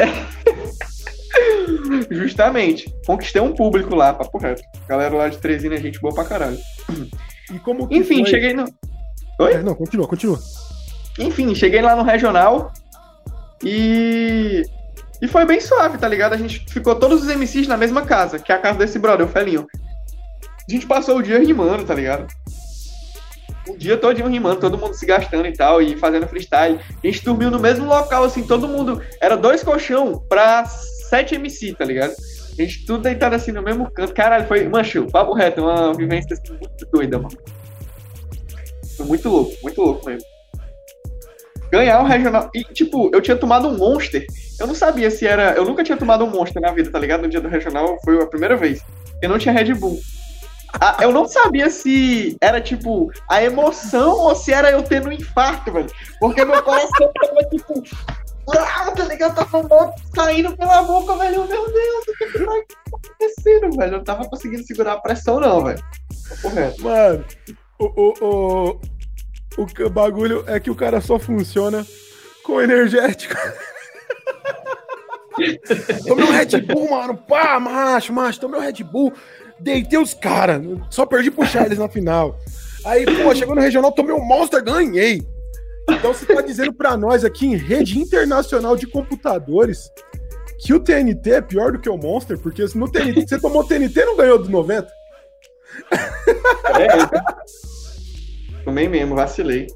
Justamente. Conquistei um público lá, papo reto. Galera lá de Teresina, gente boa pra caralho. E como que Enfim, foi? cheguei no... Oi? É, não, continua, continua. Enfim, cheguei lá no regional e... E foi bem suave, tá ligado? A gente ficou todos os M Cs na mesma casa, que é a casa desse brother, o Felinho. A gente passou o dia rimando, tá ligado? O dia todinho rimando, todo mundo se gastando e tal, e fazendo freestyle. A gente dormiu no mesmo local, assim, todo mundo... Era dois colchão pra sete M C, tá ligado? A gente tudo deitado assim no mesmo canto. Caralho, foi, mancho, papo reto, uma vivência assim, muito doida, mano. Foi muito louco, muito louco mesmo. Ganhar o regional. E, tipo, eu tinha tomado um Monster. Eu não sabia se era... Eu nunca tinha tomado um Monster na vida, tá ligado? No dia do regional foi a primeira vez. Eu não tinha Red Bull. Ah, eu não sabia se era, tipo, a emoção ou se era eu tendo um infarto, velho. Porque meu coração tava, tipo... Ah, tá ligado? Tava saindo pela boca, velho. Meu Deus, o que que tá acontecendo, velho? Eu não tava conseguindo segurar a pressão, não, velho. Tô correto. Mano, o, o, o, o bagulho é que o cara só funciona com energético. Tomei um Red Bull, mano. Pá, macho, macho. Tomei um Red Bull. Deitei os caras. Só perdi pro Charles na final. Aí, pô, chegou no regional, tomei um Monster, ganhei. Então você tá dizendo pra nós aqui em rede internacional de computadores que o T N T é pior do que o Monster? Porque no T N T, você tomou T N T e não ganhou dos noventa? É, tomei mesmo, vacilei.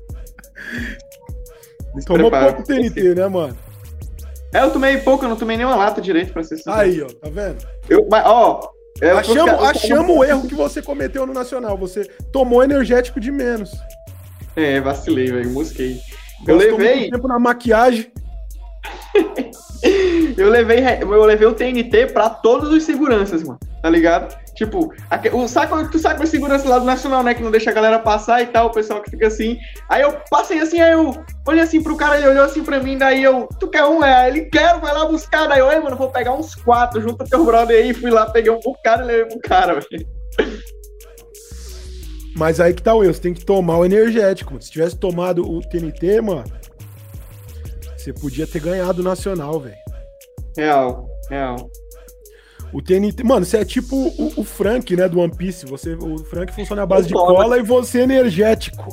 Tomou Despreparo. pouco T N T, né, mano? É, eu tomei pouco, eu não tomei nenhuma lata direito, pra ser sincero. Aí, ó, tá vendo? Eu, mas, ó... eu- Achamos, eu- eu- achamos o erro que você cometeu no Nacional. Você tomou energético de menos. É, vacilei, velho, mosquei. Eu Gastou levei, muito tempo na maquiagem. eu levei, eu levei o T N T pra todos os seguranças, mano, tá ligado? Tipo, aque- o saco, tu sabe o segurança lá do Nacional, né, que não deixa a galera passar e tal, o pessoal que fica assim. Aí eu passei assim, aí eu olhei assim pro cara, ele olhou assim pra mim, daí eu, tu quer um? É, ele, quero, vai lá buscar. Daí eu, ei, mano, vou pegar uns quatro, junto com teu brother aí, fui lá, peguei um bocado e levei pro cara, velho. Mas aí que tá o erro, você tem que tomar o energético. Se tivesse tomado o T N T, mano, você podia ter ganhado o Nacional, velho. Real, real. O T N T, mano, você é tipo o, o Frank, né, do One Piece. Você, o Frank funciona à base de Toma. cola e você é energético.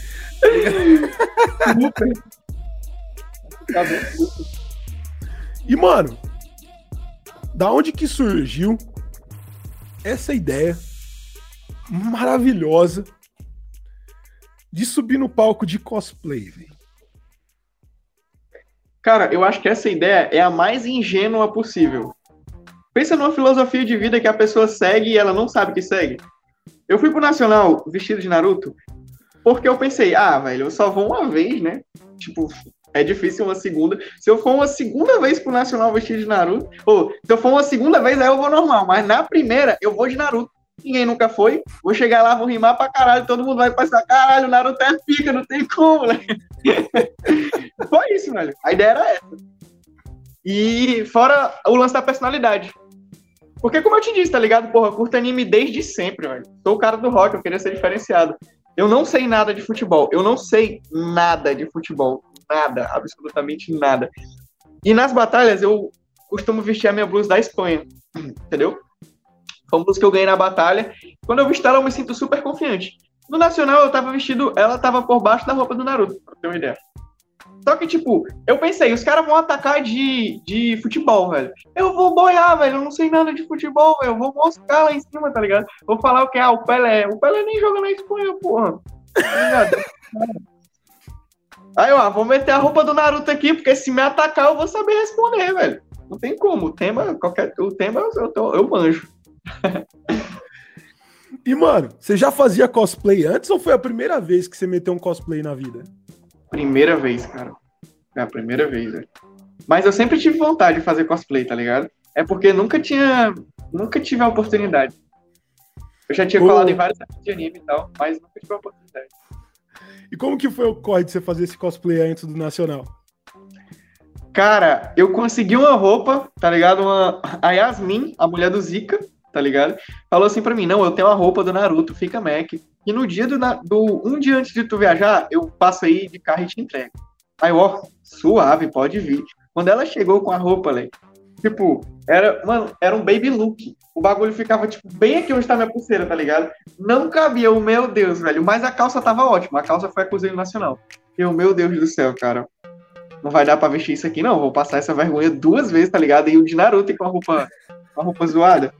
E, mano, da onde que surgiu essa ideia maravilhosa de subir no palco de cosplay, velho? Cara, eu acho que essa ideia é a mais ingênua possível. Pensa numa filosofia de vida que a pessoa segue e ela não sabe que segue. Eu fui pro Nacional vestido de Naruto porque eu pensei, ah, velho, eu só vou uma vez, né? Tipo, é difícil uma segunda. Se eu for uma segunda vez pro Nacional vestido de Naruto, ou se eu for uma segunda vez, aí eu vou normal. Mas na primeira, eu vou de Naruto. Ninguém nunca foi. Vou chegar lá, vou rimar pra caralho, todo mundo vai pensar, caralho, o Naruto é pica, não tem como, né? Foi isso, velho. A ideia era essa. E fora o lance da personalidade. Porque, como eu te disse, tá ligado? Porra, eu curto anime desde sempre, velho. Sou o cara do rock, eu queria ser diferenciado. Eu não sei nada de futebol. Eu não sei nada de futebol. Nada, absolutamente nada. E nas batalhas, eu costumo vestir a minha blusa da Espanha. Entendeu? Foi uma blusa que eu ganhei na batalha. Quando eu visto ela, eu me sinto super confiante. No Nacional, eu tava vestido... Ela tava por baixo da roupa do Naruto, pra ter uma ideia. Só que, tipo, eu pensei, os caras vão atacar de, de futebol, velho. Eu vou boiar, velho, eu não sei nada de futebol, velho. Eu vou moscar lá em cima, tá ligado? Vou falar o que? Ah, o Pelé. O Pelé nem joga na Espanha, porra. Tá ligado? Aí, ó, vou meter a roupa do Naruto aqui, porque se me atacar, eu vou saber responder, velho. Não tem como. O tema, qualquer, o tema eu, tô, eu manjo. E, mano, você já fazia cosplay antes ou foi a primeira vez que você meteu um cosplay na vida? Primeira vez, cara. É a primeira vez, velho. Mas eu sempre tive vontade de fazer cosplay, tá ligado? É porque nunca tinha... Nunca tive a oportunidade. Eu já tinha Ô. falado em vários vídeos de anime e tal, mas nunca tive a oportunidade. E como que foi o corre de você fazer esse cosplay antes do Nacional? Cara, eu consegui uma roupa, tá ligado? Uma... A Yasmin, a mulher do Zika, tá ligado? Falou assim pra mim, não, eu tenho uma roupa do Naruto, fica Mac. E no dia do, do... Um dia antes de tu viajar, eu passo aí de carro e te entrego. Aí, ó, suave, pode vir. Quando ela chegou com a roupa, né, tipo, era, mano, era um baby look. O bagulho ficava, tipo, bem aqui onde tá minha pulseira, tá ligado? Não cabia, o meu Deus, velho. Mas a calça tava ótima. A calça foi a cozinha nacional. E o meu Deus do céu, cara. Não vai dar pra vestir isso aqui, não. Vou passar essa vergonha duas vezes, tá ligado? E o de Naruto com a roupa, com a roupa zoada.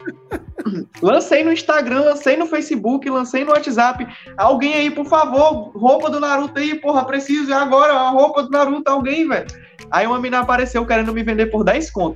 Lancei no Instagram, lancei no Facebook, lancei no WhatsApp. Alguém aí, por favor, roupa do Naruto aí, porra, preciso. É agora, a roupa do Naruto, alguém, velho. Aí uma menina apareceu querendo me vender por dez conto.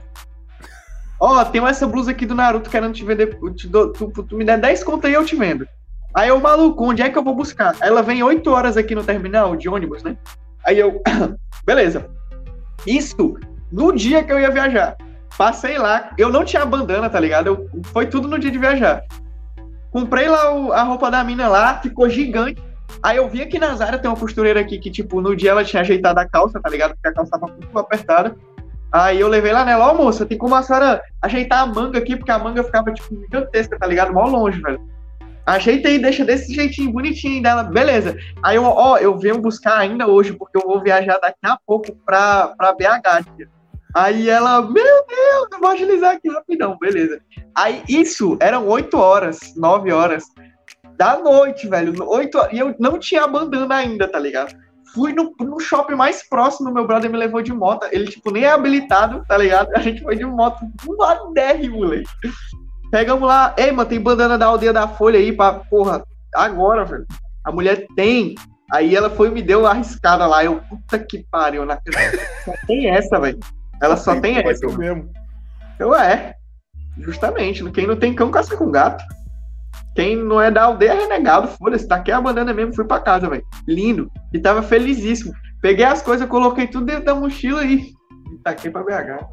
Ó, oh, tem essa blusa aqui do Naruto querendo te vender, te dou, tu, tu me der dez conto aí, eu te vendo. Aí eu, maluco, onde é que eu vou buscar? Ela vem oito horas aqui no terminal de ônibus, né? Aí eu, beleza. Isso no dia que eu ia viajar. Passei lá, eu não tinha bandana, tá ligado? Eu, foi tudo no dia de viajar. Comprei lá o, a roupa da mina lá, ficou gigante. Aí eu vi aqui na Zara, tem uma costureira aqui que, tipo, no dia ela tinha ajeitado a calça, tá ligado? Porque a calça tava muito apertada. Aí eu levei lá nela, ó, moça, tem como a senhora ajeitar a manga aqui, porque a manga ficava, tipo, gigantesca, tá ligado? Mó longe, velho. Ajeitei, deixa desse jeitinho, bonitinho dela, beleza. Aí eu, ó, eu venho buscar ainda hoje, porque eu vou viajar daqui a pouco pra, pra B H. Tia. Aí ela, meu Deus, eu vou agilizar aqui rapidão, beleza. Aí isso, eram oito horas, nove horas da noite, velho, oito horas, e eu não tinha bandana ainda, tá ligado? Fui no, no shopping mais próximo, meu brother me levou de moto, ele, tipo, nem é habilitado, tá ligado? A gente foi de moto, uma D R, moleque. Pegamos lá, ei, mano, tem bandana da Aldeia da Folha aí pra, porra, agora, velho. A mulher tem. Aí ela foi e me deu uma arriscada lá. Eu, puta que pariu, na só tem essa, velho. Ela só tem essa. Mesmo. Eu, é, justamente. Quem não tem cão, caça com gato. Quem não é da aldeia é renegado, foda-se. Taquei a bandana mesmo, fui pra casa, velho. Lindo. E tava felizíssimo. Peguei as coisas, coloquei tudo dentro da mochila e, e taquei pra B H.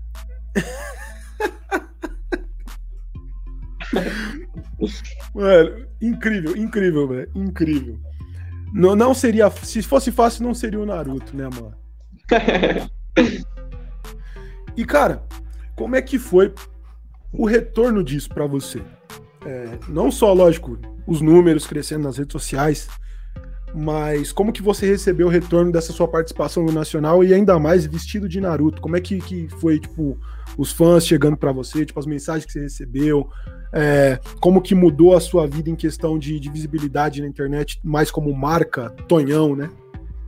Mano, incrível, incrível, velho. Incrível. Não, não seria. Se fosse fácil, não seria o Naruto, né, mano? E, cara, como é que foi o retorno disso pra você? É, não só, lógico, os números crescendo nas redes sociais, mas como que você recebeu o retorno dessa sua participação no Nacional e ainda mais vestido de Naruto? Como é que, que foi, tipo, os fãs chegando pra você, tipo, as mensagens que você recebeu, é, como que mudou a sua vida em questão de, de visibilidade na internet, mais como marca, Tonhão, né?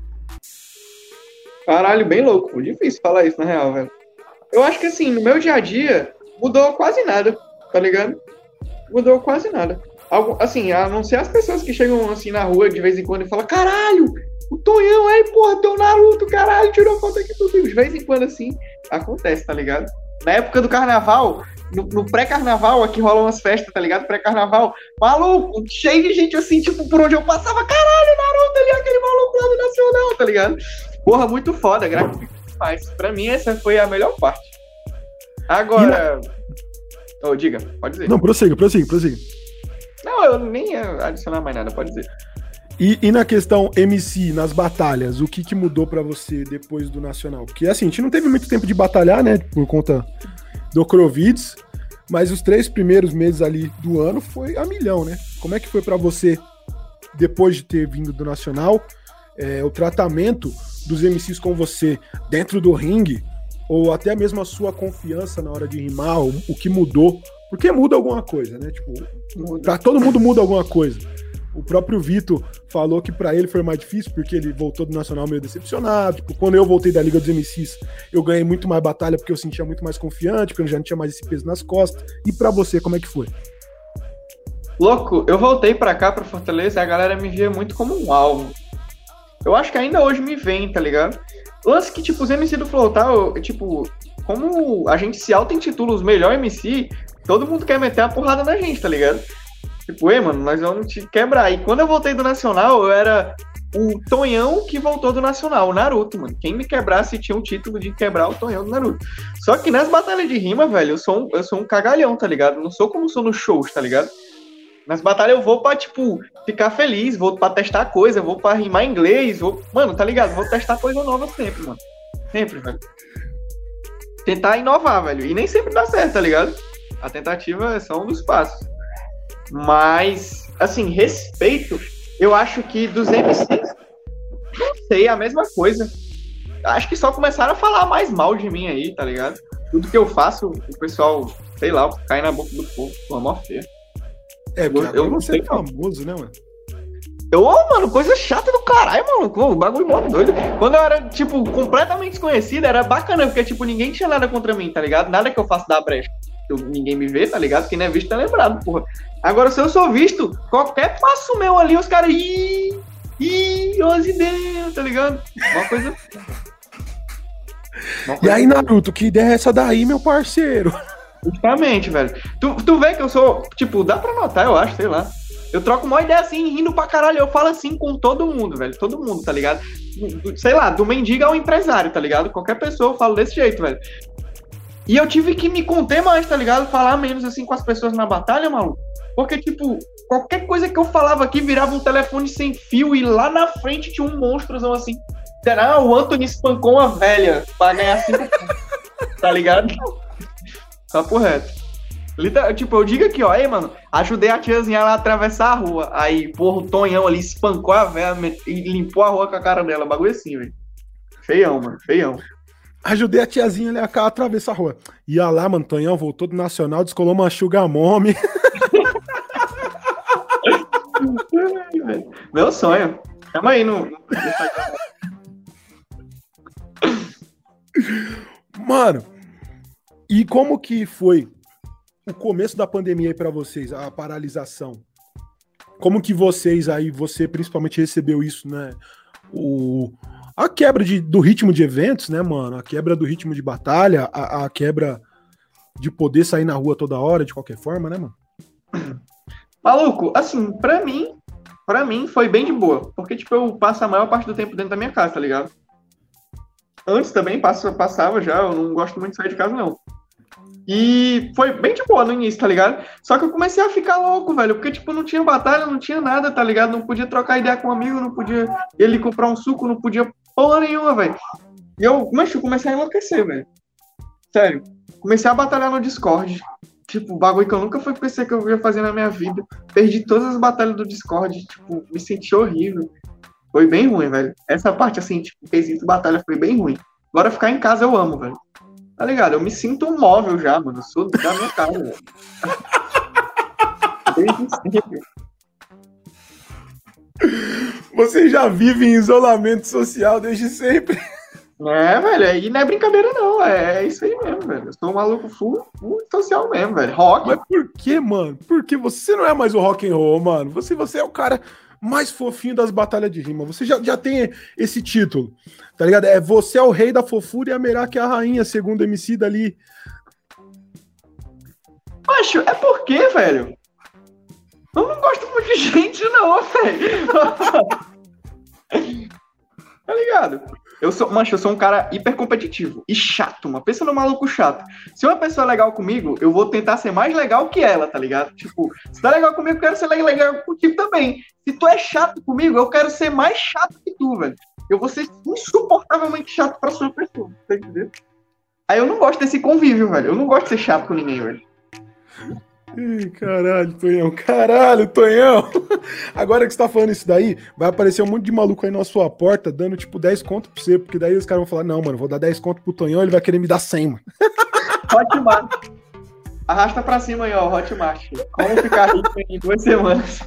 Caralho, bem louco. Difícil falar isso, na real, velho. Eu acho que, assim, no meu dia a dia, mudou quase nada, tá ligado? Mudou quase nada. Algo, assim, a não ser as pessoas que chegam, assim, na rua de vez em quando e falam, caralho, o Tonhão aí, porra, tem o Naruto, caralho, tirou foto aqui comigo. De vez em quando, assim, acontece, tá ligado? Na época do carnaval, no, no pré-carnaval, aqui rolam umas festas, tá ligado? Pré-carnaval, maluco, cheio de gente, assim, tipo, por onde eu passava, caralho, Naruto ali, aquele maluco lá do Nacional, tá ligado? Porra, muito foda, gratificante demais. Pra mim, essa foi a melhor parte. Agora... Na... Oh, diga, pode dizer. Não, prossiga, prossiga, prossiga. Não, eu nem ia adicionar mais nada, pode dizer. E, e na questão M C, nas batalhas, o que, que mudou pra você depois do Nacional? Porque, assim, a gente não teve muito tempo de batalhar, né, por conta do Crovids, mas os três primeiros meses ali do ano foi a milhão, né? Como é que foi pra você, depois de ter vindo do Nacional, é, o tratamento dos M Cs com você dentro do ringue, ou até mesmo a sua confiança na hora de rimar, o, o que mudou? Porque muda alguma coisa, né? Tipo, pra todo mundo muda alguma coisa. O próprio Vitor falou que pra ele foi mais difícil, porque ele voltou do Nacional meio decepcionado. Tipo, quando eu voltei da Liga dos M Cs, eu ganhei muito mais batalha, porque eu sentia muito mais confiante, porque eu já não tinha mais esse peso nas costas. E pra você, como é que foi? Louco, eu voltei pra cá, pra Fortaleza, e a galera me via muito como um alvo. Eu acho que ainda hoje me vem, tá ligado? Lance que, tipo, os M C do Flow, tá? Eu, tipo, como a gente se auto-intitula os melhores M C, todo mundo quer meter a porrada na gente, tá ligado? Tipo, ei, mano, nós vamos te quebrar. E quando eu voltei do Nacional, eu era o Tonhão que voltou do Nacional, o Naruto, mano. Quem me quebrasse tinha o título de quebrar o Tonhão do Naruto. Só que nas batalhas de rima, velho, eu sou um, eu sou um cagalhão, tá ligado? Não sou como sou nos shows, tá ligado? Nas batalhas eu vou pra, tipo, ficar feliz, vou pra testar coisa, vou pra rimar inglês, vou... Mano, tá ligado? Vou testar coisa nova sempre, mano. Sempre, velho. Tentar inovar, velho. E nem sempre dá certo, tá ligado? A tentativa é só um dos passos. Mas, assim, respeito, eu acho que dos M Cs, não sei, a mesma coisa. Acho que só começaram a falar mais mal de mim aí, tá ligado? Tudo que eu faço, o pessoal, sei lá, cai na boca do povo, uma mó feia. É, porque eu, eu não você sei é famoso, né, mano? Eu, oh, mano, coisa chata do caralho, mano. O bagulho mó doido. Quando eu era, tipo, completamente desconhecido, era bacana, porque, tipo, ninguém tinha nada contra mim, tá ligado? Nada que eu faço dar brecha. Eu, ninguém me vê, tá ligado? Quem não é visto tá lembrado, porra. Agora, se eu sou visto, qualquer passo meu ali, os caras. Ih, ih, os ideias, tá ligado? Uma coisa. Uma coisa e aí, Naruto, que ideia é essa daí, meu parceiro? Justamente, velho. Tu, tu vê que eu sou, tipo, dá pra notar, eu acho, sei lá. Eu troco uma ideia assim, rindo pra caralho. Eu falo assim com todo mundo, velho. Todo mundo, tá ligado? Sei lá, do mendigo ao empresário, tá ligado? Qualquer pessoa eu falo desse jeito, velho. E eu tive que me conter mais, tá ligado? Falar menos assim com as pessoas na batalha, maluco. Porque, tipo, qualquer coisa que eu falava aqui virava um telefone sem fio e lá na frente tinha um monstrozão assim. Será? O Anthony espancou uma velha pra ganhar cinco pontos. Tá ligado? Papo reto. Tipo, eu digo aqui, ó, aí, mano, ajudei a tiazinha lá a atravessar a rua. Aí, porra, o Tonhão ali espancou a velha e limpou a rua com a cara dela. Bagulho assim, velho. Feião, mano, feião. Ajudei a tiazinha ali a atravessar a rua. Ia lá, mano, Tonhão voltou do Nacional, descolou uma sugar mommy. Meu sonho. Tamo aí no... Mano, e como que foi o começo da pandemia aí pra vocês, a paralisação? Como que vocês aí, você principalmente recebeu isso, né? O, a quebra de, do ritmo de eventos, né, mano? A quebra do ritmo de batalha, a, a quebra de poder sair na rua toda hora, de qualquer forma, né, mano? Maluco, assim, pra mim, pra mim foi bem de boa. Porque, tipo, eu passo a maior parte do tempo dentro da minha casa, tá ligado? Antes também passo, passava já, eu não gosto muito de sair de casa, não. E foi bem de boa no início, tá ligado? Só que eu comecei a ficar louco, velho, porque, tipo, não tinha batalha, não tinha nada, tá ligado? Não podia trocar ideia com um amigo, não podia ele comprar um suco, não podia porra nenhuma, velho. E eu, mas eu comecei a enlouquecer, velho. Sério. Comecei a batalhar no Discord. tipo, bagulho que eu nunca fui pensar que eu ia fazer na minha vida. Perdi todas as batalhas do Discord, tipo, me senti horrível. Foi bem ruim, velho. Essa parte, assim, tipo, quesito batalha foi bem ruim. Agora ficar em casa eu amo, velho. Tá ligado? Eu me sinto um móvel já, mano. Eu sou da minha casa, velho. Você já vive em isolamento social desde sempre. É, velho, e não é brincadeira não, é isso aí mesmo, velho. Eu sou um maluco full, full social mesmo, velho. Rock. Mas por que, mano? Porque você não é mais o rock and roll, mano. Você, você é o cara mais fofinho das batalhas de rima. Você já, já tem esse título, tá ligado? É você é o rei da fofura e a Merak é a rainha, segundo o M C dali. Macho, é porque, velho? Eu não gosto muito de gente, não, velho. Tá ligado? Eu sou, mancha, eu sou um cara hiper competitivo e chato, mano. Pensa no maluco chato. Se uma pessoa é legal comigo, eu vou tentar ser mais legal que ela, tá ligado? Tipo, se tá legal comigo, eu quero ser legal contigo também. Se tu é chato comigo, eu quero ser mais chato que tu, velho. Eu vou ser insuportavelmente chato pra sua pessoa, tá entendendo? Aí eu não gosto desse convívio, velho. Eu não gosto de ser chato com ninguém, velho. Ih, caralho, Tonhão. Caralho, Tonhão. Agora que você tá falando isso daí, vai aparecer um monte de maluco aí na sua porta dando, tipo, dez conto pra você, porque daí os caras vão falar, não, mano, vou dar dez conto pro Tonhão, ele vai querer me dar cem, mano. Hotmart. Arrasta pra cima aí, ó, Hotmart. Como ficar rico em duas semanas.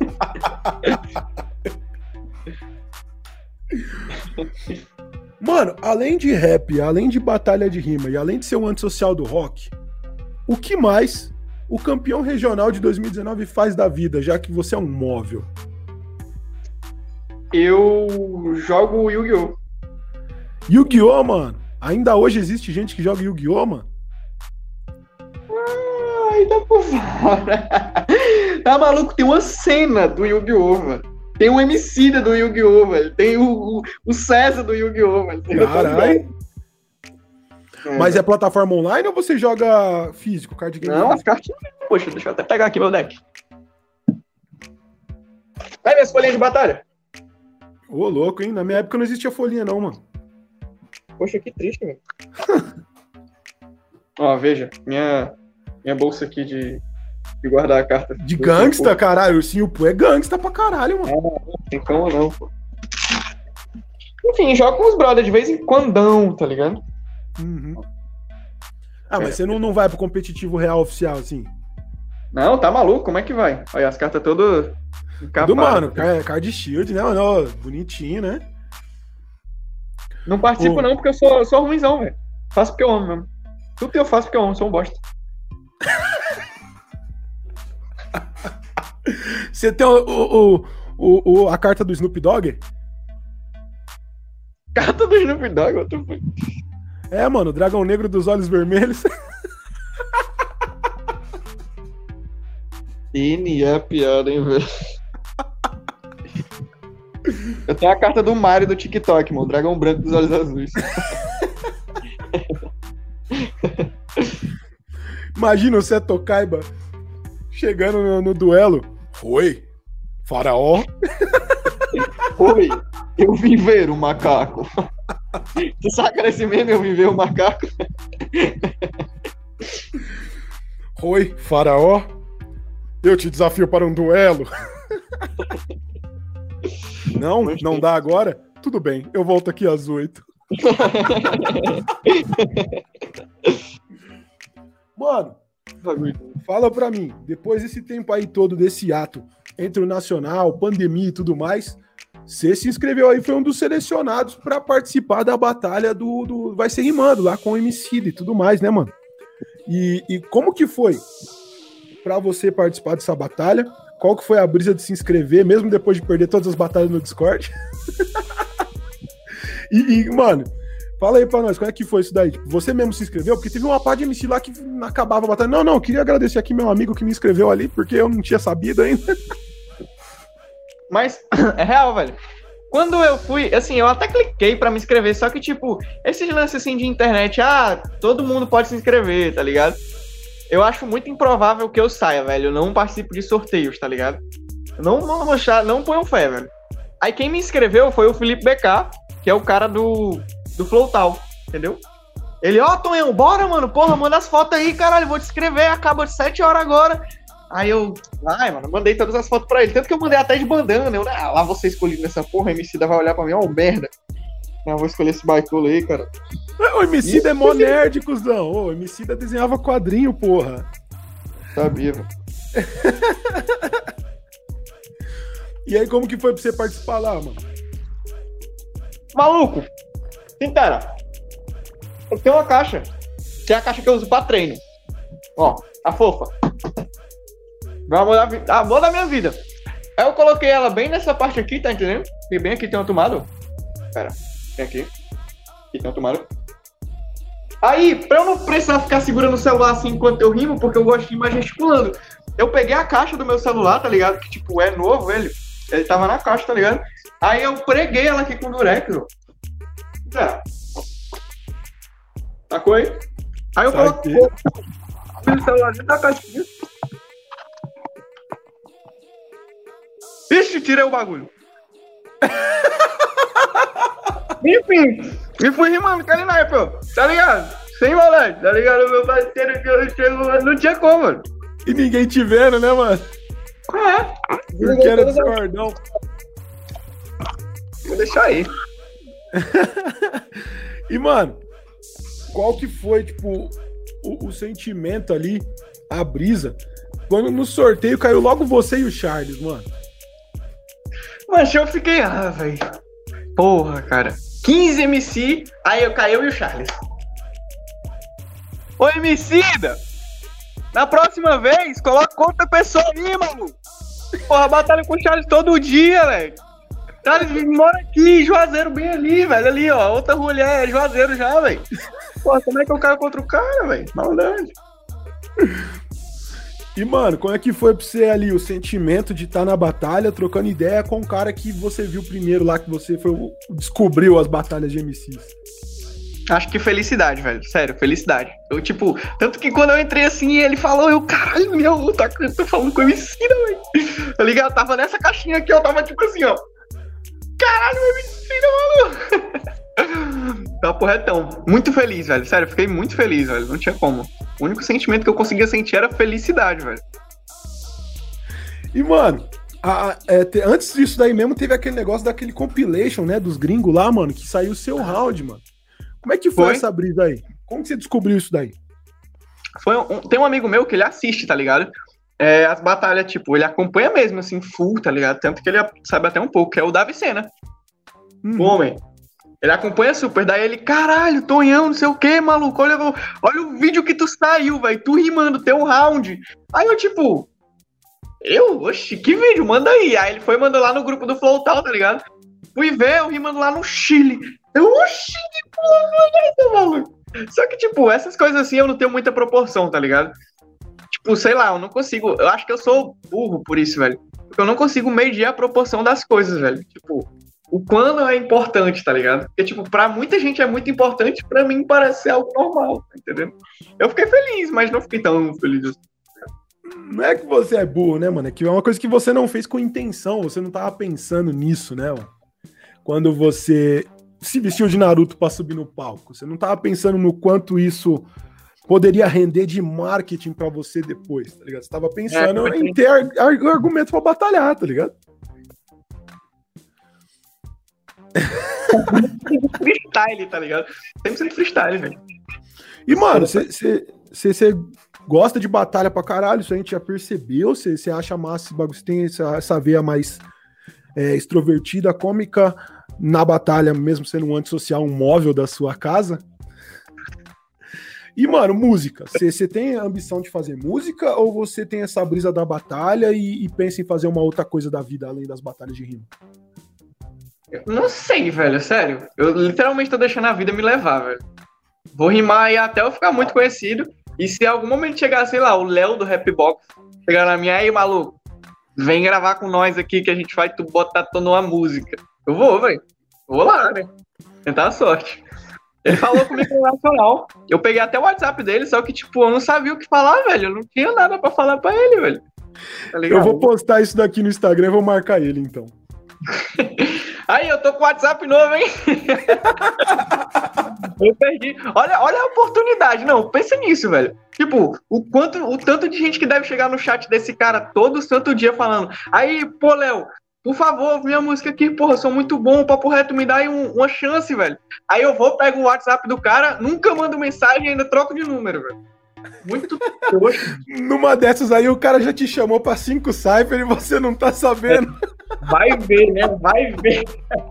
Mano, além de rap, além de batalha de rima e além de ser um antissocial do rock, o que mais o campeão regional de dois mil e dezenove faz da vida, já que você é um móvel? Eu jogo Yu-Gi-Oh! Yu-Gi-Oh, mano? Ainda hoje existe gente que joga Yu-Gi-Oh, mano? Ai, tá por fora. Tá maluco? Tem uma cena do Yu-Gi-Oh, mano. Tem um M C do Yu-Gi-Oh, velho. Tem o, o, o César do Yu-Gi-Oh, velho. Caralho. É. Mas é plataforma online ou você joga físico, card game? Não, as cartinhas. Poxa, deixa eu até pegar aqui meu deck. Vai minhas folhinhas de batalha. Ô, louco, hein? Na minha época não existia folhinha, não, mano. Poxa, que triste, velho. Ó, veja. Minha, minha bolsa aqui de, de guardar a carta. De gangsta, caralho. O Ursinho Poo é gangsta pra caralho, mano. Não, não tem como não, pô. Enfim, joga com os brothers de vez em quando, tá ligado? Uhum. Ah, mas é. Você não, não vai pro competitivo real oficial, assim? Não, tá maluco? Como é que vai? Olha, as cartas todas Tudo, mano, card shield, né, mano? Bonitinho, né? Não participo Pô. não, porque eu sou, sou ruimzão, velho. Faço porque eu amo mesmo. Tudo que eu faço porque eu amo, sou um bosta. Você tem o, o, o, o, a carta do Snoop Dogg? Carta do Snoop Dogg? Outro... É, mano, o dragão negro dos olhos vermelhos. N é piada, hein, velho. Eu tenho a carta do Mario do TikTok, mano. O dragão branco dos olhos azuis. Imagina o Seto Kaiba chegando no, no duelo. Oi, faraó. Oi, eu vim ver o macaco. Tu saca nesse meme, eu vim ver o macaco? Oi, faraó. Eu te desafio para um duelo. Não, não dá agora? Tudo bem, eu volto aqui às oito. Mano, fala pra mim, depois desse tempo aí todo, desse ato entre o Nacional, pandemia e tudo mais, você se inscreveu aí, foi um dos selecionados pra participar da batalha do, do Vai Ser Rimando, lá com o Emicida e tudo mais, né, mano? E, e como que foi pra você participar dessa batalha? Qual que foi a brisa de se inscrever, mesmo depois de perder todas as batalhas no Discord? e, e, mano, fala aí pra nós, como é que foi isso daí? Tipo, você mesmo se inscreveu? Porque teve uma parte de M C lá que não acabava a batalha. Não, não, eu queria agradecer aqui meu amigo que me inscreveu ali, porque eu não tinha sabido ainda. Mas, é real, velho. Quando eu fui, assim, eu até cliquei pra me inscrever, só que, tipo, esses lances, assim, de internet, ah, todo mundo pode se inscrever, tá ligado? Eu acho muito improvável que eu saia, velho. Eu não participo de sorteios, tá ligado? Eu não, não, não, não ponho fé, velho. Aí quem me inscreveu foi o Felipe B K, que é o cara do, do Flowtal, entendeu? Ele, ó, oh, Tonhão, bora, mano, porra, manda as fotos aí, caralho, vou te escrever, acaba de sete horas agora. Aí eu, ai, mano, mandei todas as fotos pra ele, tanto que eu mandei até de bandana, eu, ah, lá você escolhido nessa porra, Emicida vai olhar pra mim, ó, oh, merda. Eu vou escolher esse baitola aí, cara. O Emicida é mó nerd, cuzão. O Emicida desenhava quadrinho, porra. Sabia, velho. E aí, como que foi pra você participar lá, mano? Maluco, sincera, eu tenho uma caixa, que é a caixa que eu uso pra treino. Ó, a fofa. Meu amor da, vi- amor da minha vida. Aí eu coloquei ela bem nessa parte aqui, tá entendendo? E bem aqui tem uma tomada. Pera, tem aqui. Aqui tem uma tomada. Aí, pra eu não precisar ficar segurando o celular assim enquanto eu rimo, porque eu gosto de ir mais gesticulando, eu peguei a caixa do meu celular, tá ligado? Que tipo, é novo ele. Ele tava na caixa, tá ligado? Aí eu preguei ela aqui com durex, ó. É. Sacou aí? Aí eu coloquei o celular dentro da caixinha. Ixi, tirei o bagulho. Enfim, e fui rimando, aquele naipe, ó. Tá ligado? Sem moleque, tá ligado? Meu parceiro que eu chego, não tinha como, mano. E ninguém te vendo, né, mano? É. Porque era do seu cordão. Vou deixar aí. E, mano, qual que foi, tipo, o, o sentimento ali, a brisa, quando no sorteio caiu logo você e o Charles, mano? Mas eu fiquei, ah, velho. Porra, cara. quinze M C, aí eu caiu e o Charles. Ô, Emicida! Na próxima vez, coloca outra pessoa aí, maluco. Porra, batalha com o Charles todo dia, velho. Charles mora aqui, Juazeiro, bem ali, velho. Ali, ó. Outra mulher, é Juazeiro já, velho. Porra, como é que eu caio contra o cara, velho? Maldade. E, mano, como é que foi pra você ali o sentimento de estar na batalha, trocando ideia com o cara que você viu primeiro lá, que você foi, descobriu as batalhas de M Cs? Acho que felicidade, velho. Sério, felicidade. Eu, tipo, tanto que quando eu entrei assim, ele falou, eu, caralho, meu, eu tô, eu tô falando com o Emicida, velho. Tá ligado? Eu tava nessa caixinha aqui, eu tava tipo assim, ó. Caralho, o Emicida, maluco. Tá porretão. Muito feliz, velho. Sério, fiquei muito feliz, velho. Não tinha como. O único sentimento que eu conseguia sentir era felicidade, velho. E, mano, a, a, é, te, antes disso daí mesmo, teve aquele negócio daquele compilation, né, dos gringos lá, mano, que saiu o seu round, mano. Como é que foi, foi essa brisa aí? Como que você descobriu isso daí? Foi um, tem um amigo meu que ele assiste, tá ligado? É, as batalhas, tipo, ele acompanha mesmo, assim, full, tá ligado? Tanto que ele sabe até um pouco, que é o Davi Sena. Uhum. O homem. Ele acompanha super, daí ele, caralho, Tonhão, não sei o que, maluco, olha, olha o vídeo que tu saiu, velho, tu rimando, teu round. Aí eu, tipo, eu, oxi, que vídeo, manda aí. Aí ele foi e mandou lá no grupo do Flowtal, tá ligado? Fui ver eu rimando lá no Chile. Eu, oxi, que porra é essa, maluco? Só que, tipo, essas coisas assim eu não tenho muita proporção, tá ligado? Tipo, sei lá, eu não consigo, eu acho que eu sou burro por isso, velho. Porque eu não consigo medir a proporção das coisas, velho. Tipo, o quando é importante, tá ligado? Porque, tipo, pra muita gente é muito importante, pra mim parece ser algo normal, tá entendendo? Eu fiquei feliz, mas não fiquei tão feliz assim. Não é que você é burro, né, mano? É que é uma coisa que você não fez com intenção, você não tava pensando nisso, né, mano? Quando você se vestiu de Naruto pra subir no palco, você não tava pensando no quanto isso poderia render de marketing pra você depois, tá ligado? Você tava pensando é, em ter ar- ar- argumento pra batalhar, tá ligado? Freestyle, tá ligado? Sempre sendo freestyle, velho. E, mano, você gosta de batalha pra caralho, isso a gente já percebeu, você acha massa esse bagulho, você tem essa, essa veia mais é, extrovertida, cômica na batalha, mesmo sendo um antissocial, um móvel da sua casa. E, mano, música, você tem a ambição de fazer música ou você tem essa brisa da batalha e, e pensa em fazer uma outra coisa da vida além das batalhas de rima? Eu não sei, velho, sério. Eu literalmente tô deixando a vida me levar, velho. Vou rimar aí até eu ficar muito conhecido. E se em algum momento chegar, sei lá, o Léo do Rapbox, chegar na minha, aí, maluco, vem gravar com nós aqui que a gente vai tu botar tu numa música. Eu vou, velho. Vou lá, né? Tentar a sorte. Ele falou comigo no Nacional. Eu peguei até o WhatsApp dele, só que, tipo, eu não sabia o que falar, velho. Eu não tinha nada pra falar pra ele, velho. Tá ligado? Eu vou postar isso daqui no Instagram e vou marcar ele, então. Aí, eu tô com o WhatsApp novo, hein? Eu perdi. Olha, olha a oportunidade. Não, pensa nisso, velho. Tipo, o quanto, o tanto de gente que deve chegar no chat desse cara todo santo dia falando. Aí, pô, Léo, por favor, minha música aqui, porra, sou muito bom, papo reto, me dá aí um, uma chance, velho. Aí eu vou, pego o WhatsApp do cara, nunca mando mensagem e ainda troco de número, velho. Muito trouxa. Numa dessas aí, o cara já te chamou pra cinco cypher e você não tá sabendo. Vai ver, né? Vai ver.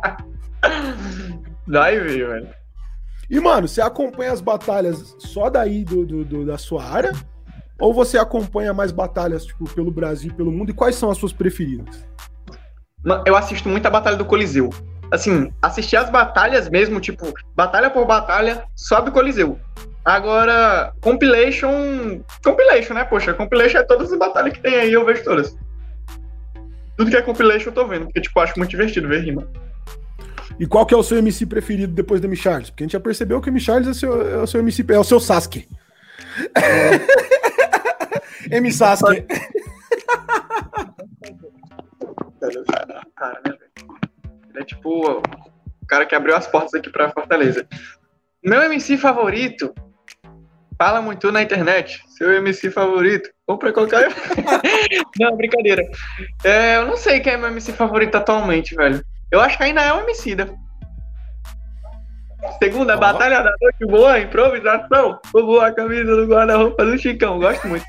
Vai ver, velho. E, mano, você acompanha as batalhas só daí do, do, do, da sua área? Ou você acompanha mais batalhas, tipo, pelo Brasil e pelo mundo? E quais são as suas preferidas? Eu assisto muito a Batalha do Coliseu. Assim, assistir as batalhas mesmo, tipo, batalha por batalha, sobe Coliseu. Agora, compilation... Compilation, né? Poxa, compilation é todas as batalhas que tem aí, eu vejo todas. Tudo que é compilation eu tô vendo, porque, tipo, eu acho muito divertido ver rima. E qual que é o seu M C preferido depois do M. Charles? Porque a gente já percebeu que o M. Charles é, seu, é o seu M C, é o seu Sasuke. M. Sasuke. Cara, né, velho? Ele é tipo o cara que abriu as portas aqui pra Fortaleza. Meu M C favorito fala muito na internet. Seu M C favorito. Vou pra qualquer. Não, brincadeira. É, eu não sei quem é meu M C favorito atualmente, velho. Eu acho que ainda é o Emicida. Segunda oh. Batalha da noite, boa improvisação. Roubou a camisa do guarda-roupa do Chicão. Gosto muito.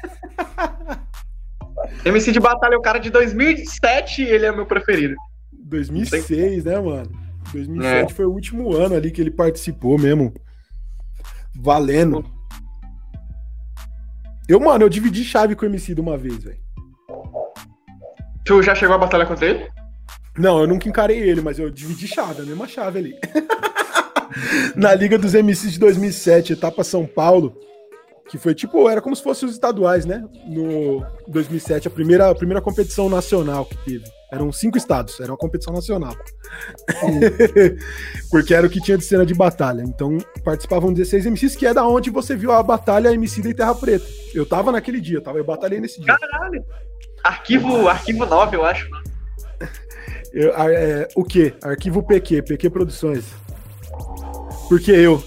M C de batalha é o cara de dois mil e sete e ele é o meu preferido. dois mil e seis, né, mano? dois mil e sete é. Foi o último ano ali que ele participou mesmo. Valendo. Eu, mano, eu dividi chave com o Emicida uma vez, velho. Tu já chegou a batalha contra ele? Não, eu nunca encarei ele, mas eu dividi chave, a mesma chave ali. Na Liga dos M Cs de dois mil e sete, etapa São Paulo, que foi tipo, era como se fossem os estaduais, né? No dois mil e sete, a primeira, a primeira competição nacional que teve. Eram cinco estados, era uma competição nacional. Porque era o que tinha de cena de batalha. Então participavam dezesseis M Cs, que é da onde você viu a batalha Emicida e Terra Preta. Eu tava naquele dia, tava, eu batalhei nesse dia. Caralho! Arquivo, arquivo nove, eu acho. Eu, é, o quê? Arquivo P Q, P Q Produções. Porque eu.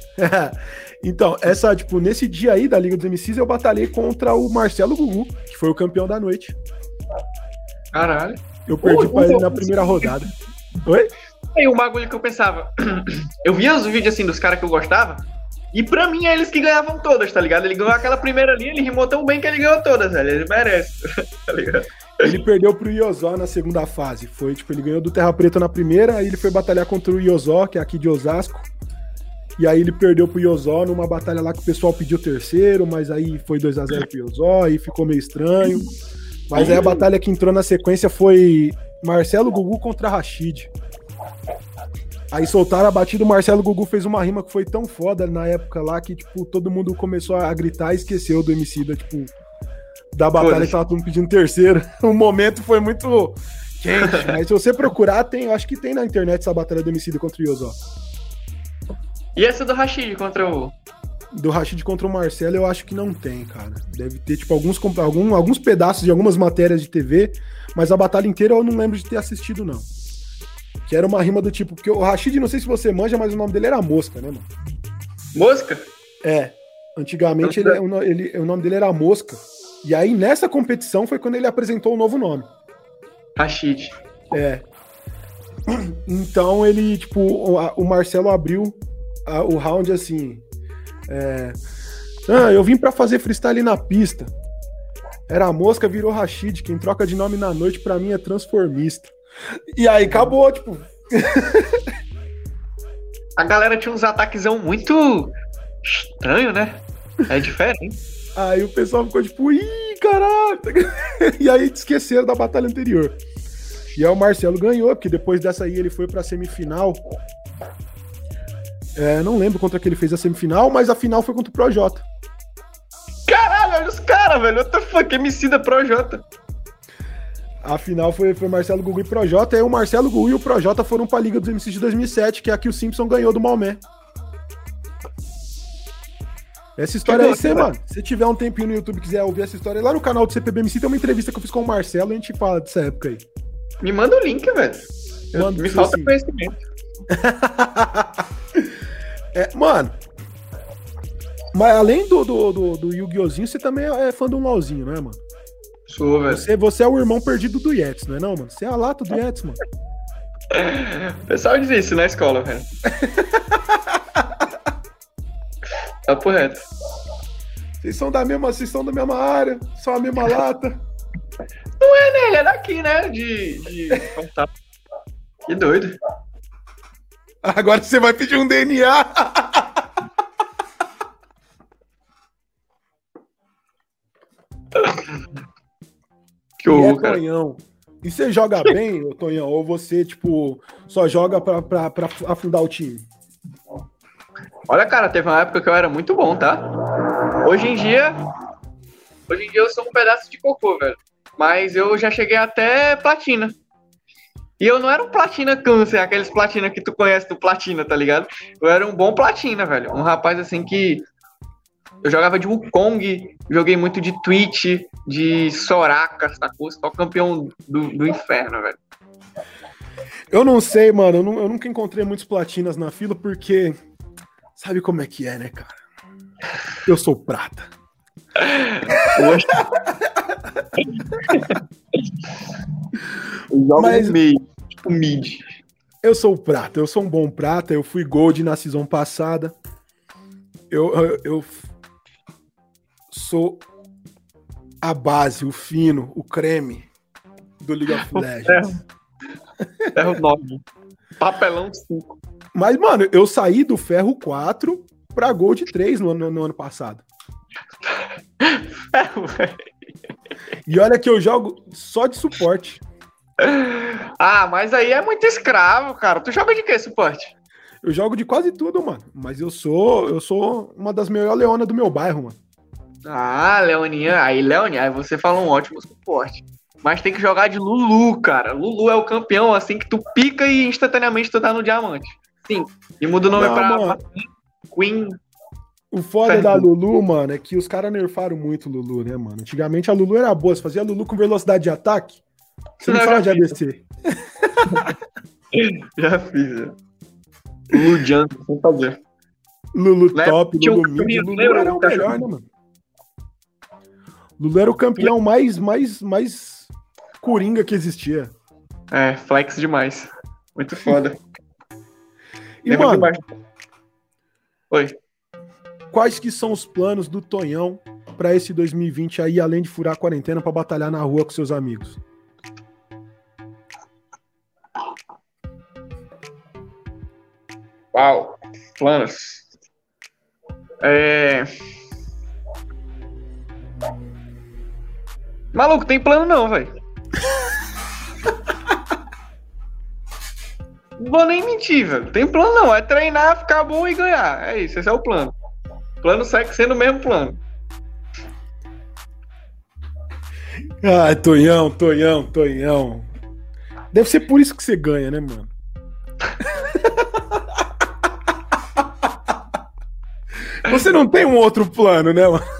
Então, essa, tipo, nesse dia aí da Liga dos M Cs, eu batalhei contra o Marcelo Gugu, que foi o campeão da noite. Caralho. Eu perdi pra ele na primeira rodada. Oi? Aí um bagulho que eu pensava. Eu via os vídeos assim dos caras que eu gostava, e pra mim é eles que ganhavam todas, tá ligado? Ele ganhou aquela primeira ali, ele rimou tão bem que ele ganhou todas, velho. Ele merece, tá ligado? Ele perdeu pro Iozó na segunda fase. Foi, tipo, ele ganhou do Terra Preta na primeira, aí ele foi batalhar contra o Iozó, que é aqui de Osasco. E aí ele perdeu pro Iozó numa batalha lá que o pessoal pediu terceiro, mas aí foi dois a zero pro Iozó, aí ficou meio estranho. Mas aí a batalha que entrou na sequência foi Marcelo Gugu contra Rashid. Aí soltaram a batida, o Marcelo Gugu fez uma rima que foi tão foda na época lá que, tipo, todo mundo começou a gritar e esqueceu do Emicida, tipo, da batalha Pô, que tava todo mundo pedindo terceiro. O momento foi muito quente. Mas se você procurar, tem, eu acho que tem na internet essa batalha do Emicida contra o Iozó. E essa do Rashid contra o... Do Rashid contra o Marcelo, eu acho que não tem, cara. Deve ter, tipo, alguns, algum, alguns pedaços de algumas matérias de T V, mas a batalha inteira eu não lembro de ter assistido, não. Que era uma rima do tipo... Porque o Rashid, não sei se você manja, mas o nome dele era Mosca, né, mano? Mosca? É. Antigamente, ele, ele, o nome dele era Mosca. E aí, nessa competição, foi quando ele apresentou o novo nome. Rashid. É. Então, ele, tipo... O, o Marcelo abriu a, o round assim... É... Ah, eu vim pra fazer freestyle na pista. Era a Mosca, virou Rashid. Quem troca de nome na noite pra mim é transformista. E aí acabou, tipo. A galera tinha uns ataquezão muito estranho, né? É diferente. Aí o pessoal ficou tipo, ih, caralho. E aí esqueceram da batalha anterior. E aí o Marcelo ganhou, porque depois dessa aí ele foi pra semifinal. É, não lembro contra que ele fez a semifinal, mas a final foi contra o Projota. Caralho, olha os caras, velho. What the fuck, Emicida Projota. A final foi, foi Marcelo Gugu e Projota, e aí o Marcelo Gugu e o Projota foram pra Liga dos M Cs de dois mil e sete, que é a que o Simpson ganhou do Maomé. Essa história aí, você, mano, se tiver um tempinho no YouTube e quiser ouvir essa história, lá no canal do C P B M C tem uma entrevista que eu fiz com o Marcelo e a gente fala dessa época aí. Me manda o link, velho. Eu, me falta assim. Conhecimento. É, mano, mas além do, do, do, do Yu-Gi-Ohzinho, você também é fã de um LOLzinho, não é, mano? Sou, velho. Você, você é o irmão perdido do Yetis, não é não, mano? Você é a lata do Yetis, mano. O pessoal diz isso na escola, velho. Tá por reto. Vocês são da mesma, vocês são da mesma área, são a mesma lata. Não é, né? Ele é daqui, né? De... de... Que doido. Agora você vai pedir um D N A. Que horror, é, Tonhão. E você joga bem, ô, Tonhão? Ou você, tipo, só joga pra, pra, pra afundar o time? Olha, cara, teve uma época que eu era muito bom, tá? Hoje em dia... Hoje em dia eu sou um pedaço de cocô, velho. Mas eu já cheguei até platina. E eu não era um platina câncer, aqueles platina que tu conhece do platina, tá ligado? Eu era um bom platina, velho. Um rapaz, assim, que... Eu jogava de Wukong, joguei muito de Twitch, de Soraka, sacou? Só campeão do, do inferno, velho. Eu não sei, mano. Eu, não, eu nunca encontrei muitos platinas na fila, porque... Sabe como é que é, né, cara? Eu sou prata. Poxa. Eu jogo Mas... no meio, tipo mid. Eu sou prata, eu sou um bom prata. Eu fui gold na season passada. Eu... eu, eu... sou a base, o fino, o creme do League of Legends. Ferro nove. Papelão cinco. Mas, mano, eu saí do ferro quatro pra Gold três no, no, no ano passado. E olha que eu jogo só de suporte. Ah, mas aí é muito escravo, cara. Tu joga de que suporte? Eu jogo de quase tudo, mano. Mas eu sou, eu sou uma das melhores leonas do meu bairro, mano. Ah, Leoninha. Aí, Leoninha, aí você fala um ótimo suporte. Mas tem que jogar de Lulu, cara. Lulu é o campeão, assim, que tu pica e instantaneamente tu tá no diamante. Sim. E muda o nome Não, pra mano. Queen. O foda Ferro. da Lulu, mano, é que os caras nerfaram muito o Lulu, né, mano? Antigamente a Lulu era boa. Você fazia Lulu com velocidade de ataque. Você não, não fala de A D C. Já fiz, já. Lulu Jungle, sem fazer. Lulu Né? top, Tinha Lulu um mid. caminho Lulu negro, era o cara. melhor, né, mano? Lulu era o campeão mais, mais, mais coringa que existia. É, flex demais. Muito foda. E, Lembra mano, demais. Oi. quais que são os planos do Tonhão pra esse dois mil e vinte aí, além de furar a quarentena pra batalhar na rua com seus amigos? Uau. Planos. É... Maluco, tem plano não, velho. Não vou nem mentir, velho. Tem plano não. É treinar, ficar bom e ganhar. É isso, esse é o plano. O plano segue sendo o mesmo plano. Ah, Tonhão, Tonhão, Tonhão. Deve ser por isso que você ganha, né, mano? Você não tem um outro plano, né, mano?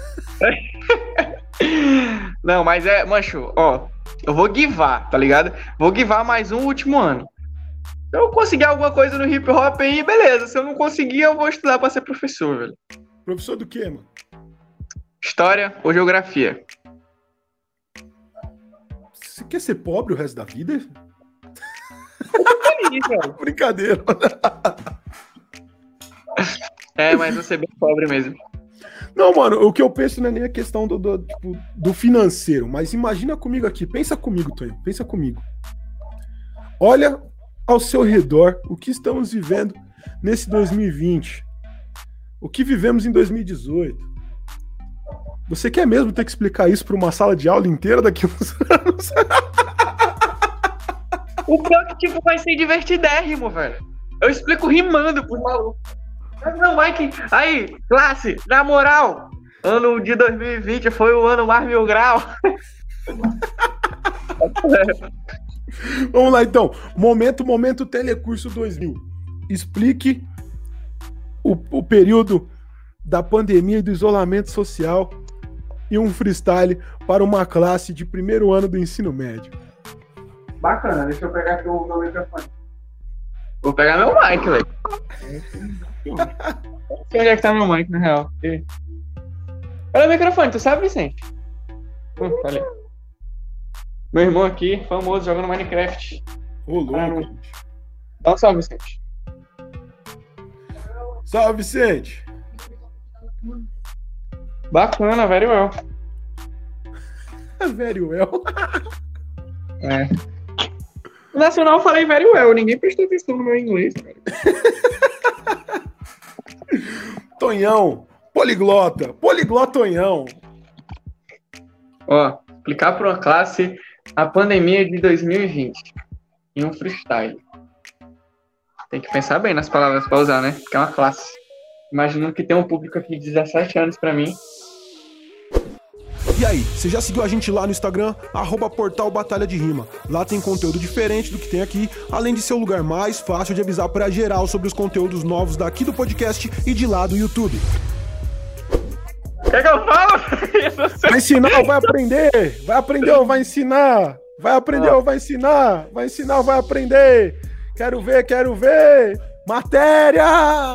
Não, mas é, mancho, ó, eu vou guivar, tá ligado? Vou guivar mais um último ano. Se eu conseguir alguma coisa no hip hop aí, beleza. Se eu não conseguir, eu vou estudar pra ser professor, velho. Professor do quê, mano? História ou geografia? Você quer ser pobre o resto da vida? Isso, Brincadeira. é, mas vou ser bem pobre mesmo. Não, mano, o que eu penso não é nem a questão do, do, tipo, do financeiro, mas imagina comigo aqui, pensa comigo, Tonho, pensa comigo. Olha ao seu redor o que estamos vivendo nesse dois mil e vinte, o que vivemos em dois mil e dezoito. Você quer mesmo ter que explicar isso para uma sala de aula inteira daqui a uns anos? O pior que, tipo, vai ser divertidérrimo, velho. Eu explico rimando pros malucos. Mas não, Mike, aí, classe, na moral, ano de dois mil e vinte foi o ano mais mil grau. Vamos lá, então. Momento, momento Telecurso dois mil. Explique o, o período da pandemia e do isolamento social e um freestyle para uma classe de primeiro ano do ensino médio. Bacana, deixa eu pegar aqui o meu microfone. Vou pegar meu mic, velho. Não sei onde é que tá meu mic, na real. E... Olha o microfone, tu sabe, Vicente? Hum, falei. Meu irmão aqui, famoso, jogando Minecraft. Ô, louco. Ah, dá um salve, Vicente. Salve, Vicente. Bacana, very well. Very well. É. No nacional eu falei very well, ninguém prestou atenção no meu inglês, cara. Tonhão, poliglota, poliglota Tonhão. Ó, explicar para uma classe a pandemia de dois mil e vinte em um freestyle. Tem que pensar bem nas palavras para usar, né? Porque é uma classe. Imaginando que tem um público aqui de dezessete anos para mim. E aí, você já seguiu a gente lá no Instagram? Arroba Portal Batalha de Rima. Lá tem conteúdo diferente do que tem aqui, além de ser o lugar mais fácil de avisar pra geral sobre os conteúdos novos daqui do podcast e de lá do YouTube. Quer que eu falo? Vai ensinar ou vai aprender? Vai aprender ou vai ensinar? Vai aprender ou vai ensinar? Vai ensinar ou vai aprender? Quero ver, quero ver! Matéria!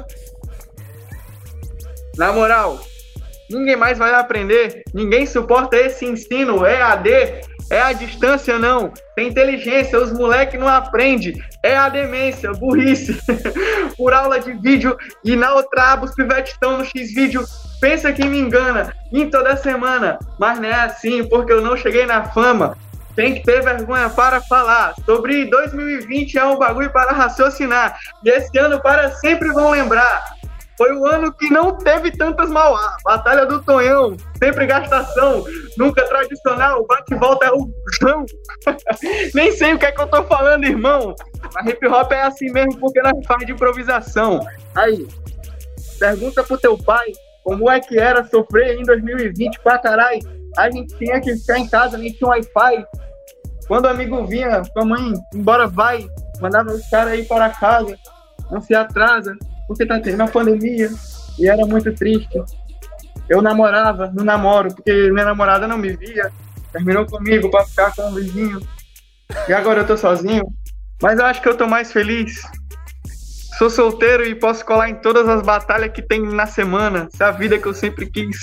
Na moral, ninguém mais vai aprender, ninguém suporta esse ensino, E A D, é a distância não, tem inteligência, os moleques não aprendem, é a demência, burrice, por aula de vídeo e na outra aba os pivetes estão no X-Vídeo, pensa que me engana, em toda semana, mas não é assim, porque eu não cheguei na fama, tem que ter vergonha para falar, sobre dois mil e vinte é um bagulho para raciocinar, e esse ano para sempre vão lembrar. Foi o ano que não teve tantas Mauá. Batalha do Tonhão, sempre gastação, nunca tradicional, bate e volta é o João. Nem sei o que é que eu tô falando, irmão. Mas hip hop é assim mesmo porque nós faz de improvisação. Aí, pergunta pro teu pai como é que era sofrer em dois mil e vinte pra caralho. A gente tinha que ficar em casa, nem tinha Wi-Fi. Quando o amigo vinha, tua mãe, embora vai, mandava os caras ir para casa, não se atrasa. Porque tá tendo uma pandemia e era muito triste. Eu namorava, não namoro, porque minha namorada não me via. Terminou comigo pra ficar com o vizinho. E agora eu tô sozinho. Mas eu acho que eu tô mais feliz. Sou solteiro e posso colar em todas as batalhas que tem na semana. Essa é a vida que eu sempre quis.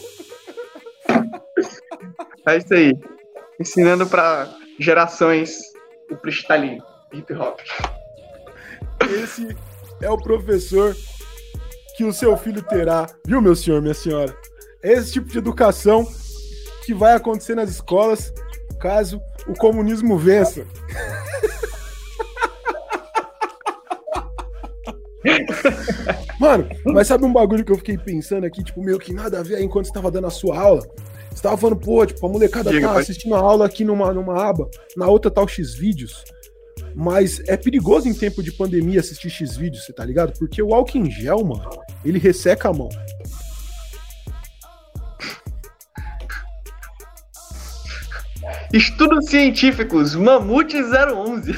É isso aí. Ensinando pra gerações o freestyle hip hop. Esse é o professor que o seu filho terá, viu, meu senhor, minha senhora? É esse tipo de educação que vai acontecer nas escolas caso o comunismo vença. Mano, mas sabe um bagulho que eu fiquei pensando aqui, tipo, meio que nada a ver aí enquanto você tava dando a sua aula? Você tava falando, pô, tipo, a molecada Diga, tá pai. assistindo a aula aqui numa, numa aba, na outra tá o X-Vídeos. Mas é perigoso em tempo de pandemia assistir X-Vídeos, você tá ligado? Porque o álcool em gel, mano, ele resseca a mão. Estudos científicos, Mamute zero onze.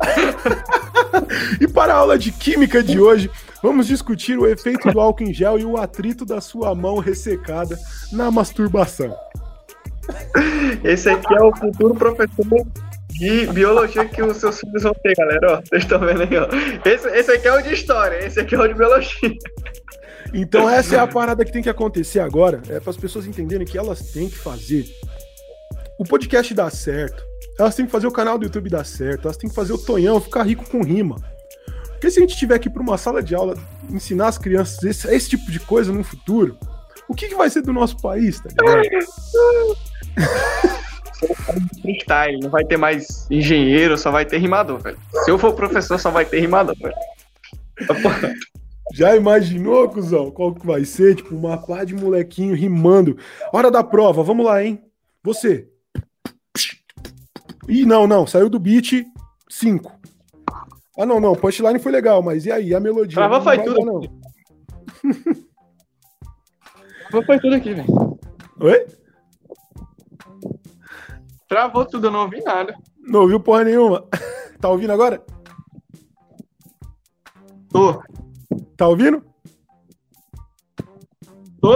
E para a aula de química de hoje, vamos discutir o efeito do álcool em gel e o atrito da sua mão ressecada na masturbação. Esse aqui é o futuro professor de biologia que os seus filhos vão ter, galera. Ó, vocês estão vendo aí, ó. Esse, esse aqui é o de história, esse aqui é o de biologia. Então essa é a parada que tem que acontecer agora, é para as pessoas entenderem que elas têm que fazer o podcast dar certo, elas têm que fazer o canal do YouTube dar certo, elas têm que fazer o Tonhão ficar rico com rima. Porque se a gente tiver que ir para uma sala de aula ensinar as crianças esse, esse tipo de coisa no futuro, o que, que vai ser do nosso país, tá ligado? Freestyle, não vai ter mais engenheiro, só vai ter rimador, velho. Se eu for professor, só vai ter rimador, velho. Já imaginou, cuzão, qual que vai ser? Tipo, uma pá de molequinho rimando. Hora da prova, vamos lá, hein? Você. Ih, não, não, saiu do beat cinco. Ah, não, não, punchline foi legal, mas e aí, a melodia? Travou não foi vai tudo. dar, não. Travou foi tudo aqui, velho. Oi? Travou tudo, eu não ouvi nada. Não ouviu porra nenhuma. Tá ouvindo agora? Tô. Tá ouvindo? Tô?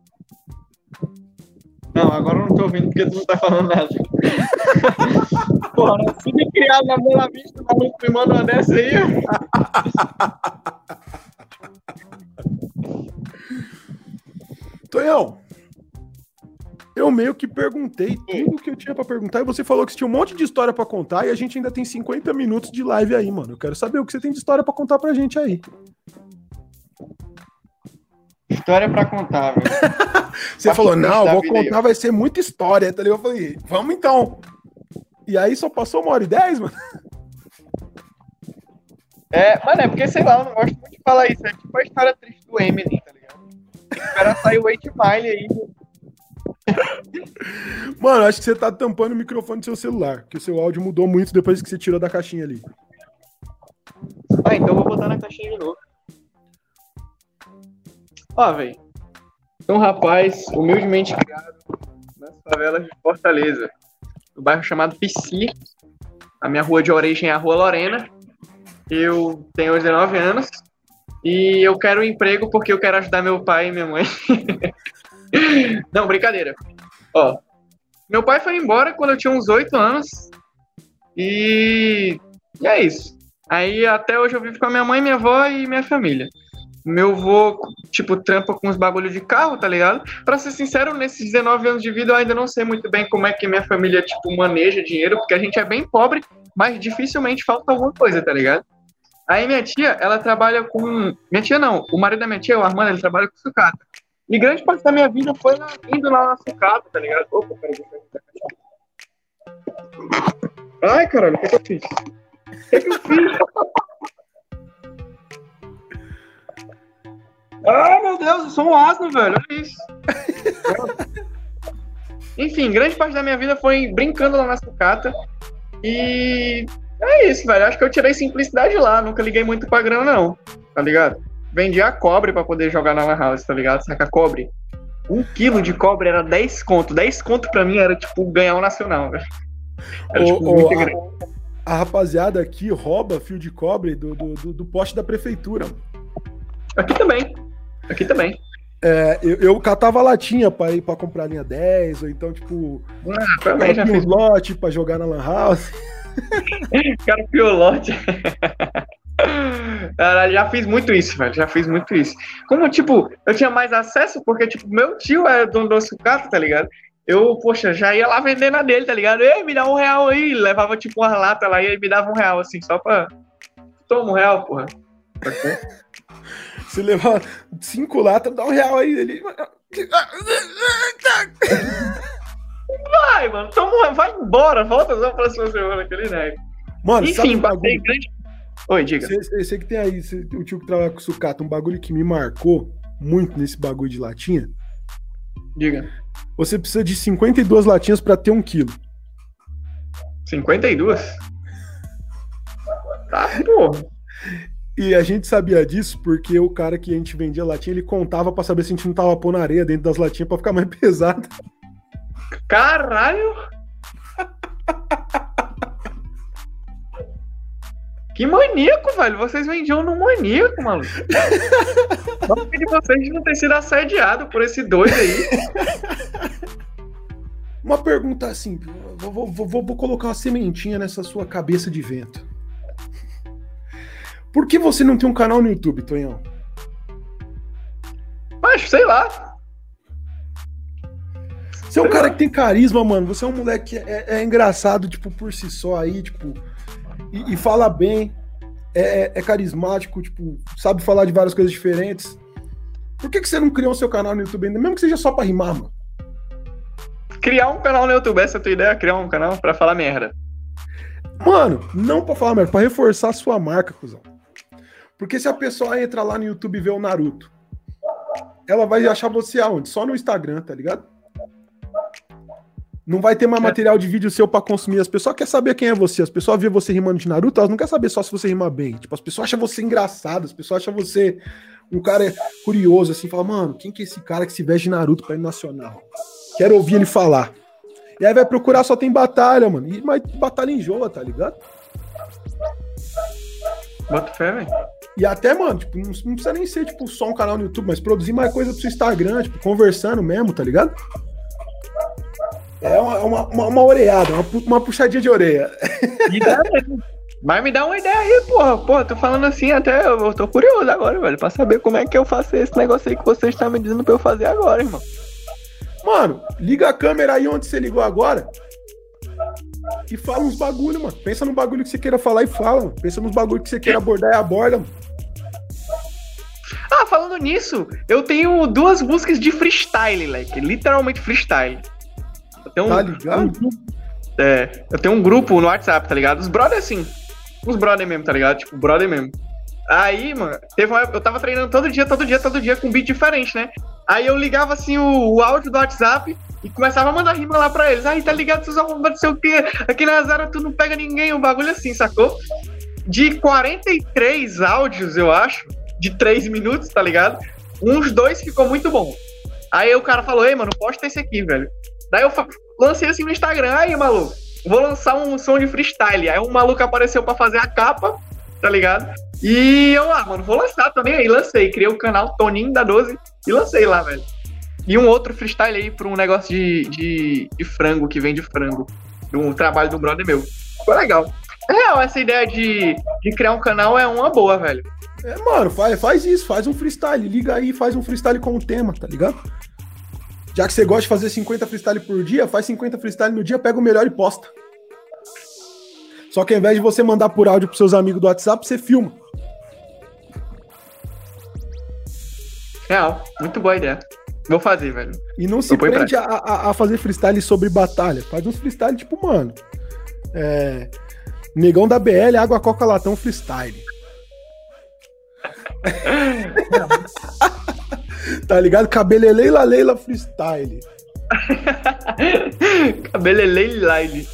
Não, agora eu não tô ouvindo porque tu não tá falando nada. porra, né? Se me criado na Boa Vista, o maluco me manda uma dessa aí. Tonhão, eu meio que perguntei tudo que eu tinha pra perguntar e você falou que você tinha um monte de história pra contar e a gente ainda tem cinquenta minutos de live aí, mano. Eu quero saber o que você tem de história pra contar pra gente aí. História pra contar, velho. Você Bastante falou, não, da vou vida aí, contar, ó. vai ser muita história, tá ligado? Eu falei, vamos então. E aí só passou uma hora e dez, mano. É, mano, é porque, sei lá, eu não gosto muito de falar isso. É tipo a história triste do Eminem, tá ligado? Espera sair o eight Mile aí. Mano, acho que você tá tampando o microfone do seu celular, que o seu áudio mudou muito depois que você tirou da caixinha ali. Ah, então eu vou botar na caixinha de novo. Ó, velho. Sou um rapaz humildemente criado nas favelas de Fortaleza, no bairro chamado Pici. A minha rua de origem é a Rua Lorena. Eu tenho dezenove anos e eu quero um emprego porque eu quero ajudar meu pai e minha mãe. Não, brincadeira. Ó, meu pai foi embora quando eu tinha uns oito anos e... e é isso. Aí até hoje eu vivo com a minha mãe, minha avó e minha família. Meu avô, tipo, trampa com uns bagulho de carro, tá ligado? Pra ser sincero, nesses dezenove anos de vida eu ainda não sei muito bem como é que minha família, tipo, maneja dinheiro, porque a gente é bem pobre, mas dificilmente falta alguma coisa, tá ligado? Aí minha tia, ela trabalha com... Minha tia não, o marido da minha tia, o Armando, ele trabalha com sucata. E grande parte da minha vida foi lá, indo lá na sucata, tá ligado? Opa, peraí, deixa eu ver. Ai, caralho, o que, que eu fiz? O que, que eu fiz? Ai, meu Deus, eu sou um asno, velho, olha isso. Enfim, grande parte da minha vida foi brincando lá na sucata. E é isso, velho. Acho que eu tirei simplicidade lá. Nunca liguei muito pra grana, não. Tá ligado? Vendia cobre pra poder jogar na lan house, tá ligado? Saca cobre. Um quilo de cobre era dez conto. dez conto pra mim era, tipo, ganhar o nacional, velho. Era, tipo, Ô, muito ô, grande. A, a rapaziada aqui rouba fio de cobre do, do, do, do poste da prefeitura, mano. Aqui também. Aqui também. É, eu, eu catava latinha pra ir pra comprar linha dez, ou então, tipo, Ah, também já fiz. lote pra jogar na lan house. Cara, piolote. Caralho, já fiz muito isso, velho. Já fiz muito isso. Como, tipo, eu tinha mais acesso, porque, tipo, meu tio era dono do sucata, tá ligado? Eu, poxa, já ia lá vender na dele, tá ligado? Ei, me dá um real aí. Levava, tipo, uma lata lá e ele me dava um real, assim, só pra... Toma um real, porra. Você levar cinco latas, dá um real aí. Ele... Vai, mano, toma, vai embora, volta só pra próxima semana, aquele né? Mano, enfim, passei grande. Oi, diga. Você que tem aí, cê, o tio que trabalha com sucata, um bagulho que me marcou muito nesse bagulho de latinha. Diga. Você precisa de cinquenta e duas latinhas pra ter um quilo. cinquenta e duas? Tá, porra. E a gente sabia disso porque o cara que a gente vendia latinha, ele contava pra saber se a gente não tava pondo areia dentro das latinhas pra ficar mais pesado. Caralho! Que maníaco, velho! Vocês vendiam no maníaco, maluco. Só porque de vocês não ter sido assediado por esse doido aí. Uma pergunta assim, vou, vou, vou, vou colocar uma sementinha nessa sua cabeça de vento. Por que você não tem um canal no YouTube, Tonhão? Mas, sei lá. Você é um cara que tem carisma, mano. Você é um moleque que é, é engraçado, tipo, por si só aí, tipo... E, e fala bem. É, é carismático, tipo... Sabe falar de várias coisas diferentes. Por que, que você não criou o seu canal no YouTube ainda? Mesmo que seja só pra rimar, mano. Criar um canal no YouTube, essa é a tua ideia? Criar um canal pra falar merda. Mano, não pra falar merda, pra reforçar a sua marca, cuzão. Porque se a pessoa entra lá no YouTube e vê o Naruto, ela vai achar você aonde? Só no Instagram, tá ligado? Não vai ter mais material de vídeo seu pra consumir. As pessoas querem saber quem é você. As pessoas vê você rimando de Naruto, elas não querem saber só se você rima bem. Tipo, as pessoas acham você engraçado, as pessoas acham você um cara curioso, assim, fala, mano, quem que é esse cara que se veste de Naruto pra ir no Nacional? Quero ouvir ele falar. E aí vai procurar, só tem batalha, mano. E, mas batalha enjoa, tá ligado? Bota fé, velho. E até, mano, tipo, não, não precisa nem ser, tipo, só um canal no YouTube, mas produzir mais coisa pro seu Instagram, tipo, conversando mesmo, tá ligado? É uma, uma, uma, uma oreada, uma, uma puxadinha de orelha. Mas me dá uma ideia aí, porra. Porra, tô falando assim até. Eu tô curioso agora, velho. Pra saber como é que eu faço esse negócio aí que você está me dizendo pra eu fazer agora, irmão. Mano, liga a câmera aí onde você ligou agora. E fala uns bagulho, mano. Pensa no bagulho que você queira falar e fala, mano. Pensa nos bagulho que você queira abordar e aborda, mano. Ah, falando nisso, eu tenho duas músicas de freestyle, like. Literalmente freestyle. Eu tenho Tá um, ligado? Um, é, eu tenho um grupo no WhatsApp, tá ligado? Os brother assim. Os brother mesmo, tá ligado? Tipo, brother mesmo. Aí, mano, teve uma época, eu tava treinando todo dia, todo dia, todo dia com um beat diferente, né? Aí eu ligava assim o, o áudio do WhatsApp e começava a mandar rima lá pra eles. Aí, tá ligado? Tu só não sei o quê. Aqui na Zara tu não pega ninguém, um bagulho assim, sacou? De quarenta e três áudios, eu acho, de três minutos, tá ligado? Uns dois ficou muito bom. Aí o cara falou, ei, mano, posta esse aqui, velho. Daí eu lancei assim no Instagram, aí, maluco, vou lançar um som de freestyle. Aí um maluco apareceu pra fazer a capa, tá ligado? E eu, ah, mano, vou lançar também. Aí lancei, criei o canal Toninho da doze e lancei lá, velho. E um outro freestyle aí pra um negócio de, de, de frango, que vende frango. Um trabalho de um brother meu. Ficou legal. É real, essa ideia de, de criar um canal é uma boa, velho. É, mano, faz, faz isso, faz um freestyle. Liga aí, faz um freestyle com o tema, tá ligado? Já que você gosta de fazer cinquenta freestyle por dia, faz cinquenta freestyle no dia, pega o melhor e posta. Só que ao invés de você mandar por áudio pros seus amigos do WhatsApp, você filma. Real, muito boa ideia. Vou fazer, velho. E não se prende a, a, a fazer freestyle sobre batalha. Faz uns freestyle tipo, mano. É, Negão da B L, Água Coca Latão freestyle. Tá ligado? Cabeleleila Leila freestyle. Cabeleleila Leila.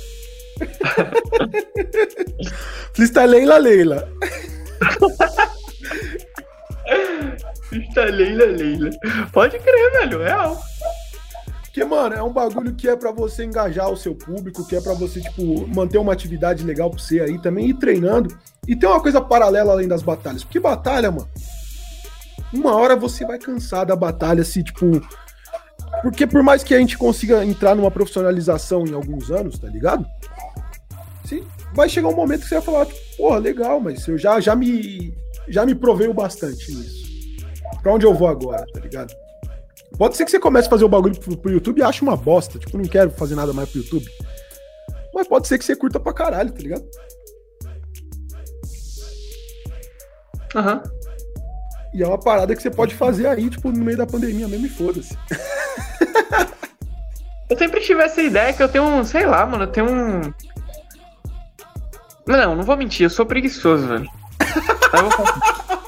Freestyle Leila Leila. Freestyle Leila Leila. Pode crer, velho, real. Porque, mano, é um bagulho que é pra você engajar o seu público, que é pra você, tipo, manter uma atividade legal pra você aí, também ir treinando. E tem uma coisa paralela além das batalhas. Porque batalha, mano, uma hora você vai cansar da batalha se, tipo... Porque por mais que a gente consiga entrar numa profissionalização em alguns anos, tá ligado? Sim, vai chegar um momento que você vai falar, tipo, porra, legal, mas eu já, já me já me provei o bastante nisso. Pra onde eu vou agora, tá ligado? Pode ser que você comece a fazer o bagulho pro, pro YouTube e ache uma bosta, tipo, não quero fazer nada mais pro YouTube. Mas pode ser que você curta pra caralho, tá ligado? Aham. Uhum. E é uma parada que você pode fazer aí, tipo, no meio da pandemia mesmo e foda-se. Eu sempre tive essa ideia que eu tenho um, sei lá, mano, eu tenho um... Não, não vou mentir, eu sou preguiçoso, velho. Eu vou fazer.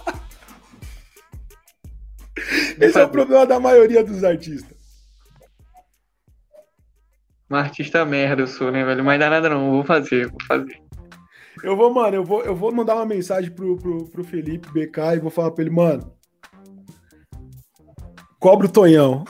Esse é o problema da maioria dos artistas. Um artista merda eu sou, né, velho? Mas dá nada não, eu vou fazer, vou fazer. Eu vou, mano, eu vou, eu vou mandar uma mensagem pro, pro, pro Felipe B K e vou falar pra ele, mano, cobra o Tonhão.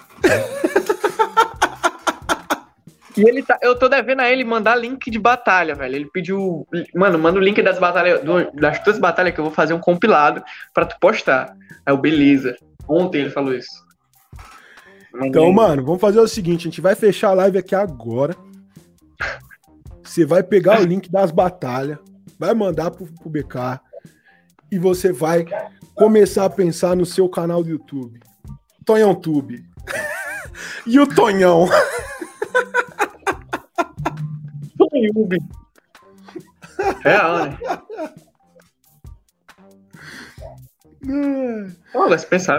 E ele tá, eu tô devendo a ele mandar link de batalha, velho. Ele pediu, mano, manda o link das batalhas, do, das tuas batalhas que eu vou fazer um compilado pra tu postar. Aí eu, beleza. Ontem ele falou isso. Então, mano, vamos fazer o seguinte, a gente vai fechar a live aqui agora. Você vai pegar o link das batalhas, vai mandar pro, pro B K e você vai começar a pensar no seu canal do YouTube. Tonhão Tube. E o Tonhão? Tonhão. Real, né? Não, vai se pensar.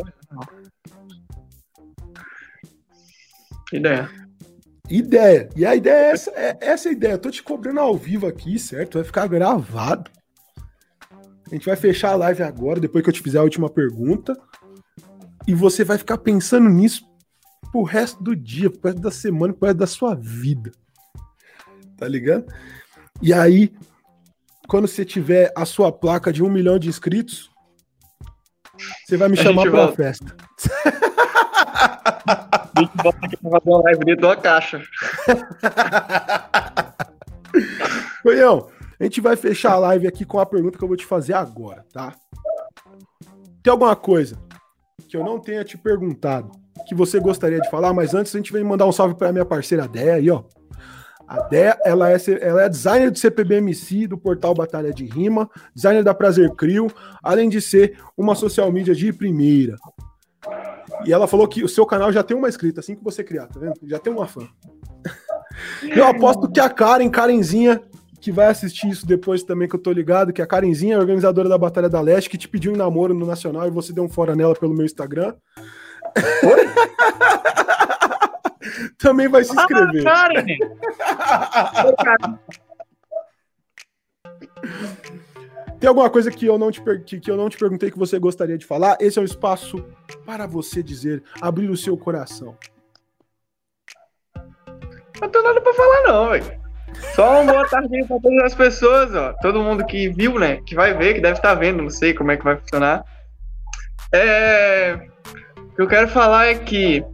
Ideia. Ideia. E a ideia é essa, é essa a ideia. Eu tô te cobrando ao vivo aqui, certo? Vai ficar gravado. A gente vai fechar a live agora, depois que eu te fizer a última pergunta. E você vai ficar pensando nisso pro resto do dia, pro resto da semana, pro resto da sua vida. Tá ligado? E aí, quando você tiver a sua placa de um milhão de inscritos, você vai me a chamar pra volta. Festa. A gente bota aqui pra fazer uma live dentro de uma caixa. Coião, a gente vai fechar a live aqui com a pergunta que eu vou te fazer agora, tá? Tem alguma coisa que eu não tenha te perguntado que você gostaria de falar, mas antes a gente vem mandar um salve pra minha parceira Déia aí, ó. A Déia, ela é, ela é designer do C P B M C, do portal Batalha de Rima, designer da Prazer Crio, além de ser uma social media de primeira. E ela falou que o seu canal já tem uma inscrita, assim que você criar, tá vendo? Já tem uma fã. Eu aposto que a Karen, Karenzinha, que vai assistir isso depois também, que eu tô ligado, que a Karenzinha é organizadora da Batalha da Leste, que te pediu em namoro no Nacional e você deu um fora nela pelo meu Instagram. Também vai se inscrever. Ah, Karen! Tem alguma coisa que eu, não te per... que eu não te perguntei que você gostaria de falar? Esse é um espaço para você dizer, abrir o seu coração. Não tenho nada pra falar não, velho. Só uma boa tarde pra todas as pessoas, ó. Todo mundo que viu, né? Que vai ver, que deve estar vendo, não sei como é que vai funcionar. É... O que eu quero falar é que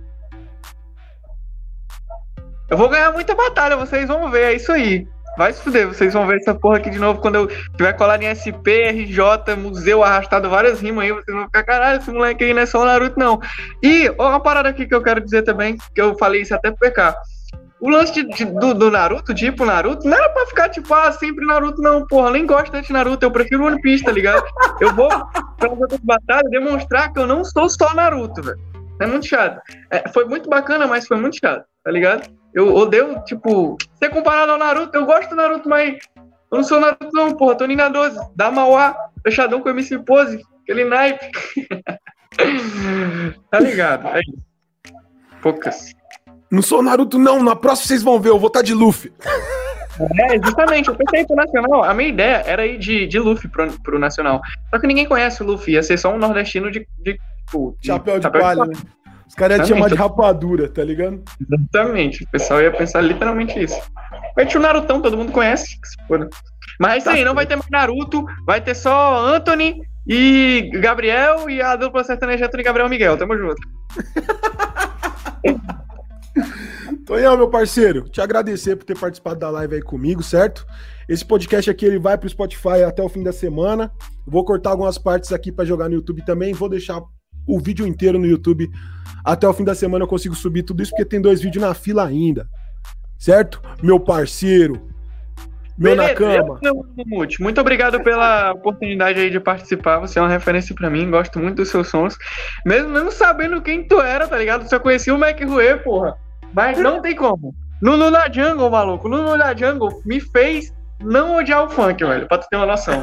eu vou ganhar muita batalha, vocês vão ver, é isso aí. Vai se fuder, vocês vão ver essa porra aqui de novo quando eu tiver colado em S P, R J, museu, arrastado várias rimas aí, vocês vão ficar, caralho, esse moleque aí não é só o Naruto, não. E uma parada aqui que eu quero dizer também, que eu falei isso até pro P K. O lance de, de, do, do Naruto, tipo Naruto, não era pra ficar tipo, ah, sempre Naruto, não, porra, eu nem gosto de Naruto, eu prefiro One Piece, tá ligado? Eu vou pra uma outra batalha demonstrar que eu não sou só Naruto, velho. É muito chato. É, foi muito bacana, mas foi muito chato, tá ligado? Eu odeio, tipo, ser comparado ao Naruto, eu gosto do Naruto, mas eu não sou Naruto não, porra, tô Nina doze, da Mauá, fechadão com M C Pose, aquele naipe. Tá ligado? É isso. Poucas. Não sou Naruto não, na próxima vocês vão ver, eu vou estar de Luffy. É, justamente, eu pensei pro Nacional, a minha ideia era ir de, de Luffy pro, pro Nacional, só que ninguém conhece o Luffy, ia ser só um nordestino de, de, tipo, de chapéu de chapéu palha, de né? Os caras iam te chamar de rapadura, tá ligado? Exatamente, o pessoal ia pensar literalmente isso. Vai ter o Narutão, todo mundo conhece, mas é isso aí, não vai ter mais Naruto, vai ter só Anthony e Gabriel e a dupla sertaneja Anthony, Gabriel e Miguel, tamo junto. Tonhão, meu parceiro, te agradecer por ter participado da live aí comigo, certo? Esse podcast aqui ele vai pro Spotify até o fim da semana. Vou cortar algumas partes aqui para jogar no YouTube também. Vou deixar o vídeo inteiro no YouTube. Até o fim da semana eu consigo subir tudo isso, porque tem dois vídeos na fila ainda. Certo? Meu parceiro. Meu Beleza, Nakama. Eu, muito obrigado pela oportunidade aí de participar. Você é uma referência pra mim. Gosto muito dos seus sons. Mesmo não sabendo quem tu era, tá ligado? Só conheci o Mac Rue, porra. Mas não tem como. Lulu da Jungle, maluco. Lulu da Jungle me fez não odiar o funk, velho. Pra tu ter uma noção.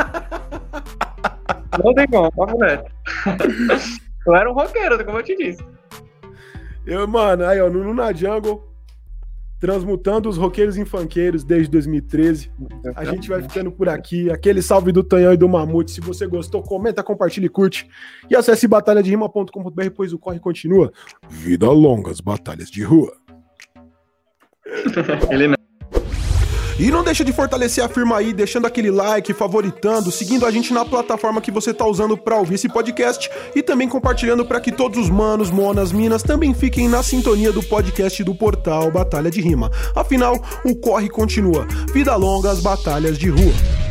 Não tem como, papo reto. Eu era um roqueiro, como eu te disse. Eu, mano, aí, ó, Lulu na Jungle, transmutando os roqueiros em funkeiros desde dois mil e treze. A gente vai ficando por aqui. Aquele salve do Tonhão e do Mamute. Se você gostou, comenta, compartilha e curte. E acesse batalha de rima ponto com ponto b r, pois o corre continua. Vida longa, as batalhas de rua. Ele não. E não deixa de fortalecer a firma aí, deixando aquele like, favoritando, seguindo a gente na plataforma que você tá usando para ouvir esse podcast e também compartilhando para que todos os manos, monas, minas também fiquem na sintonia do podcast do portal Batalha de Rima. Afinal, o corre continua. Vida longa, as batalhas de rua.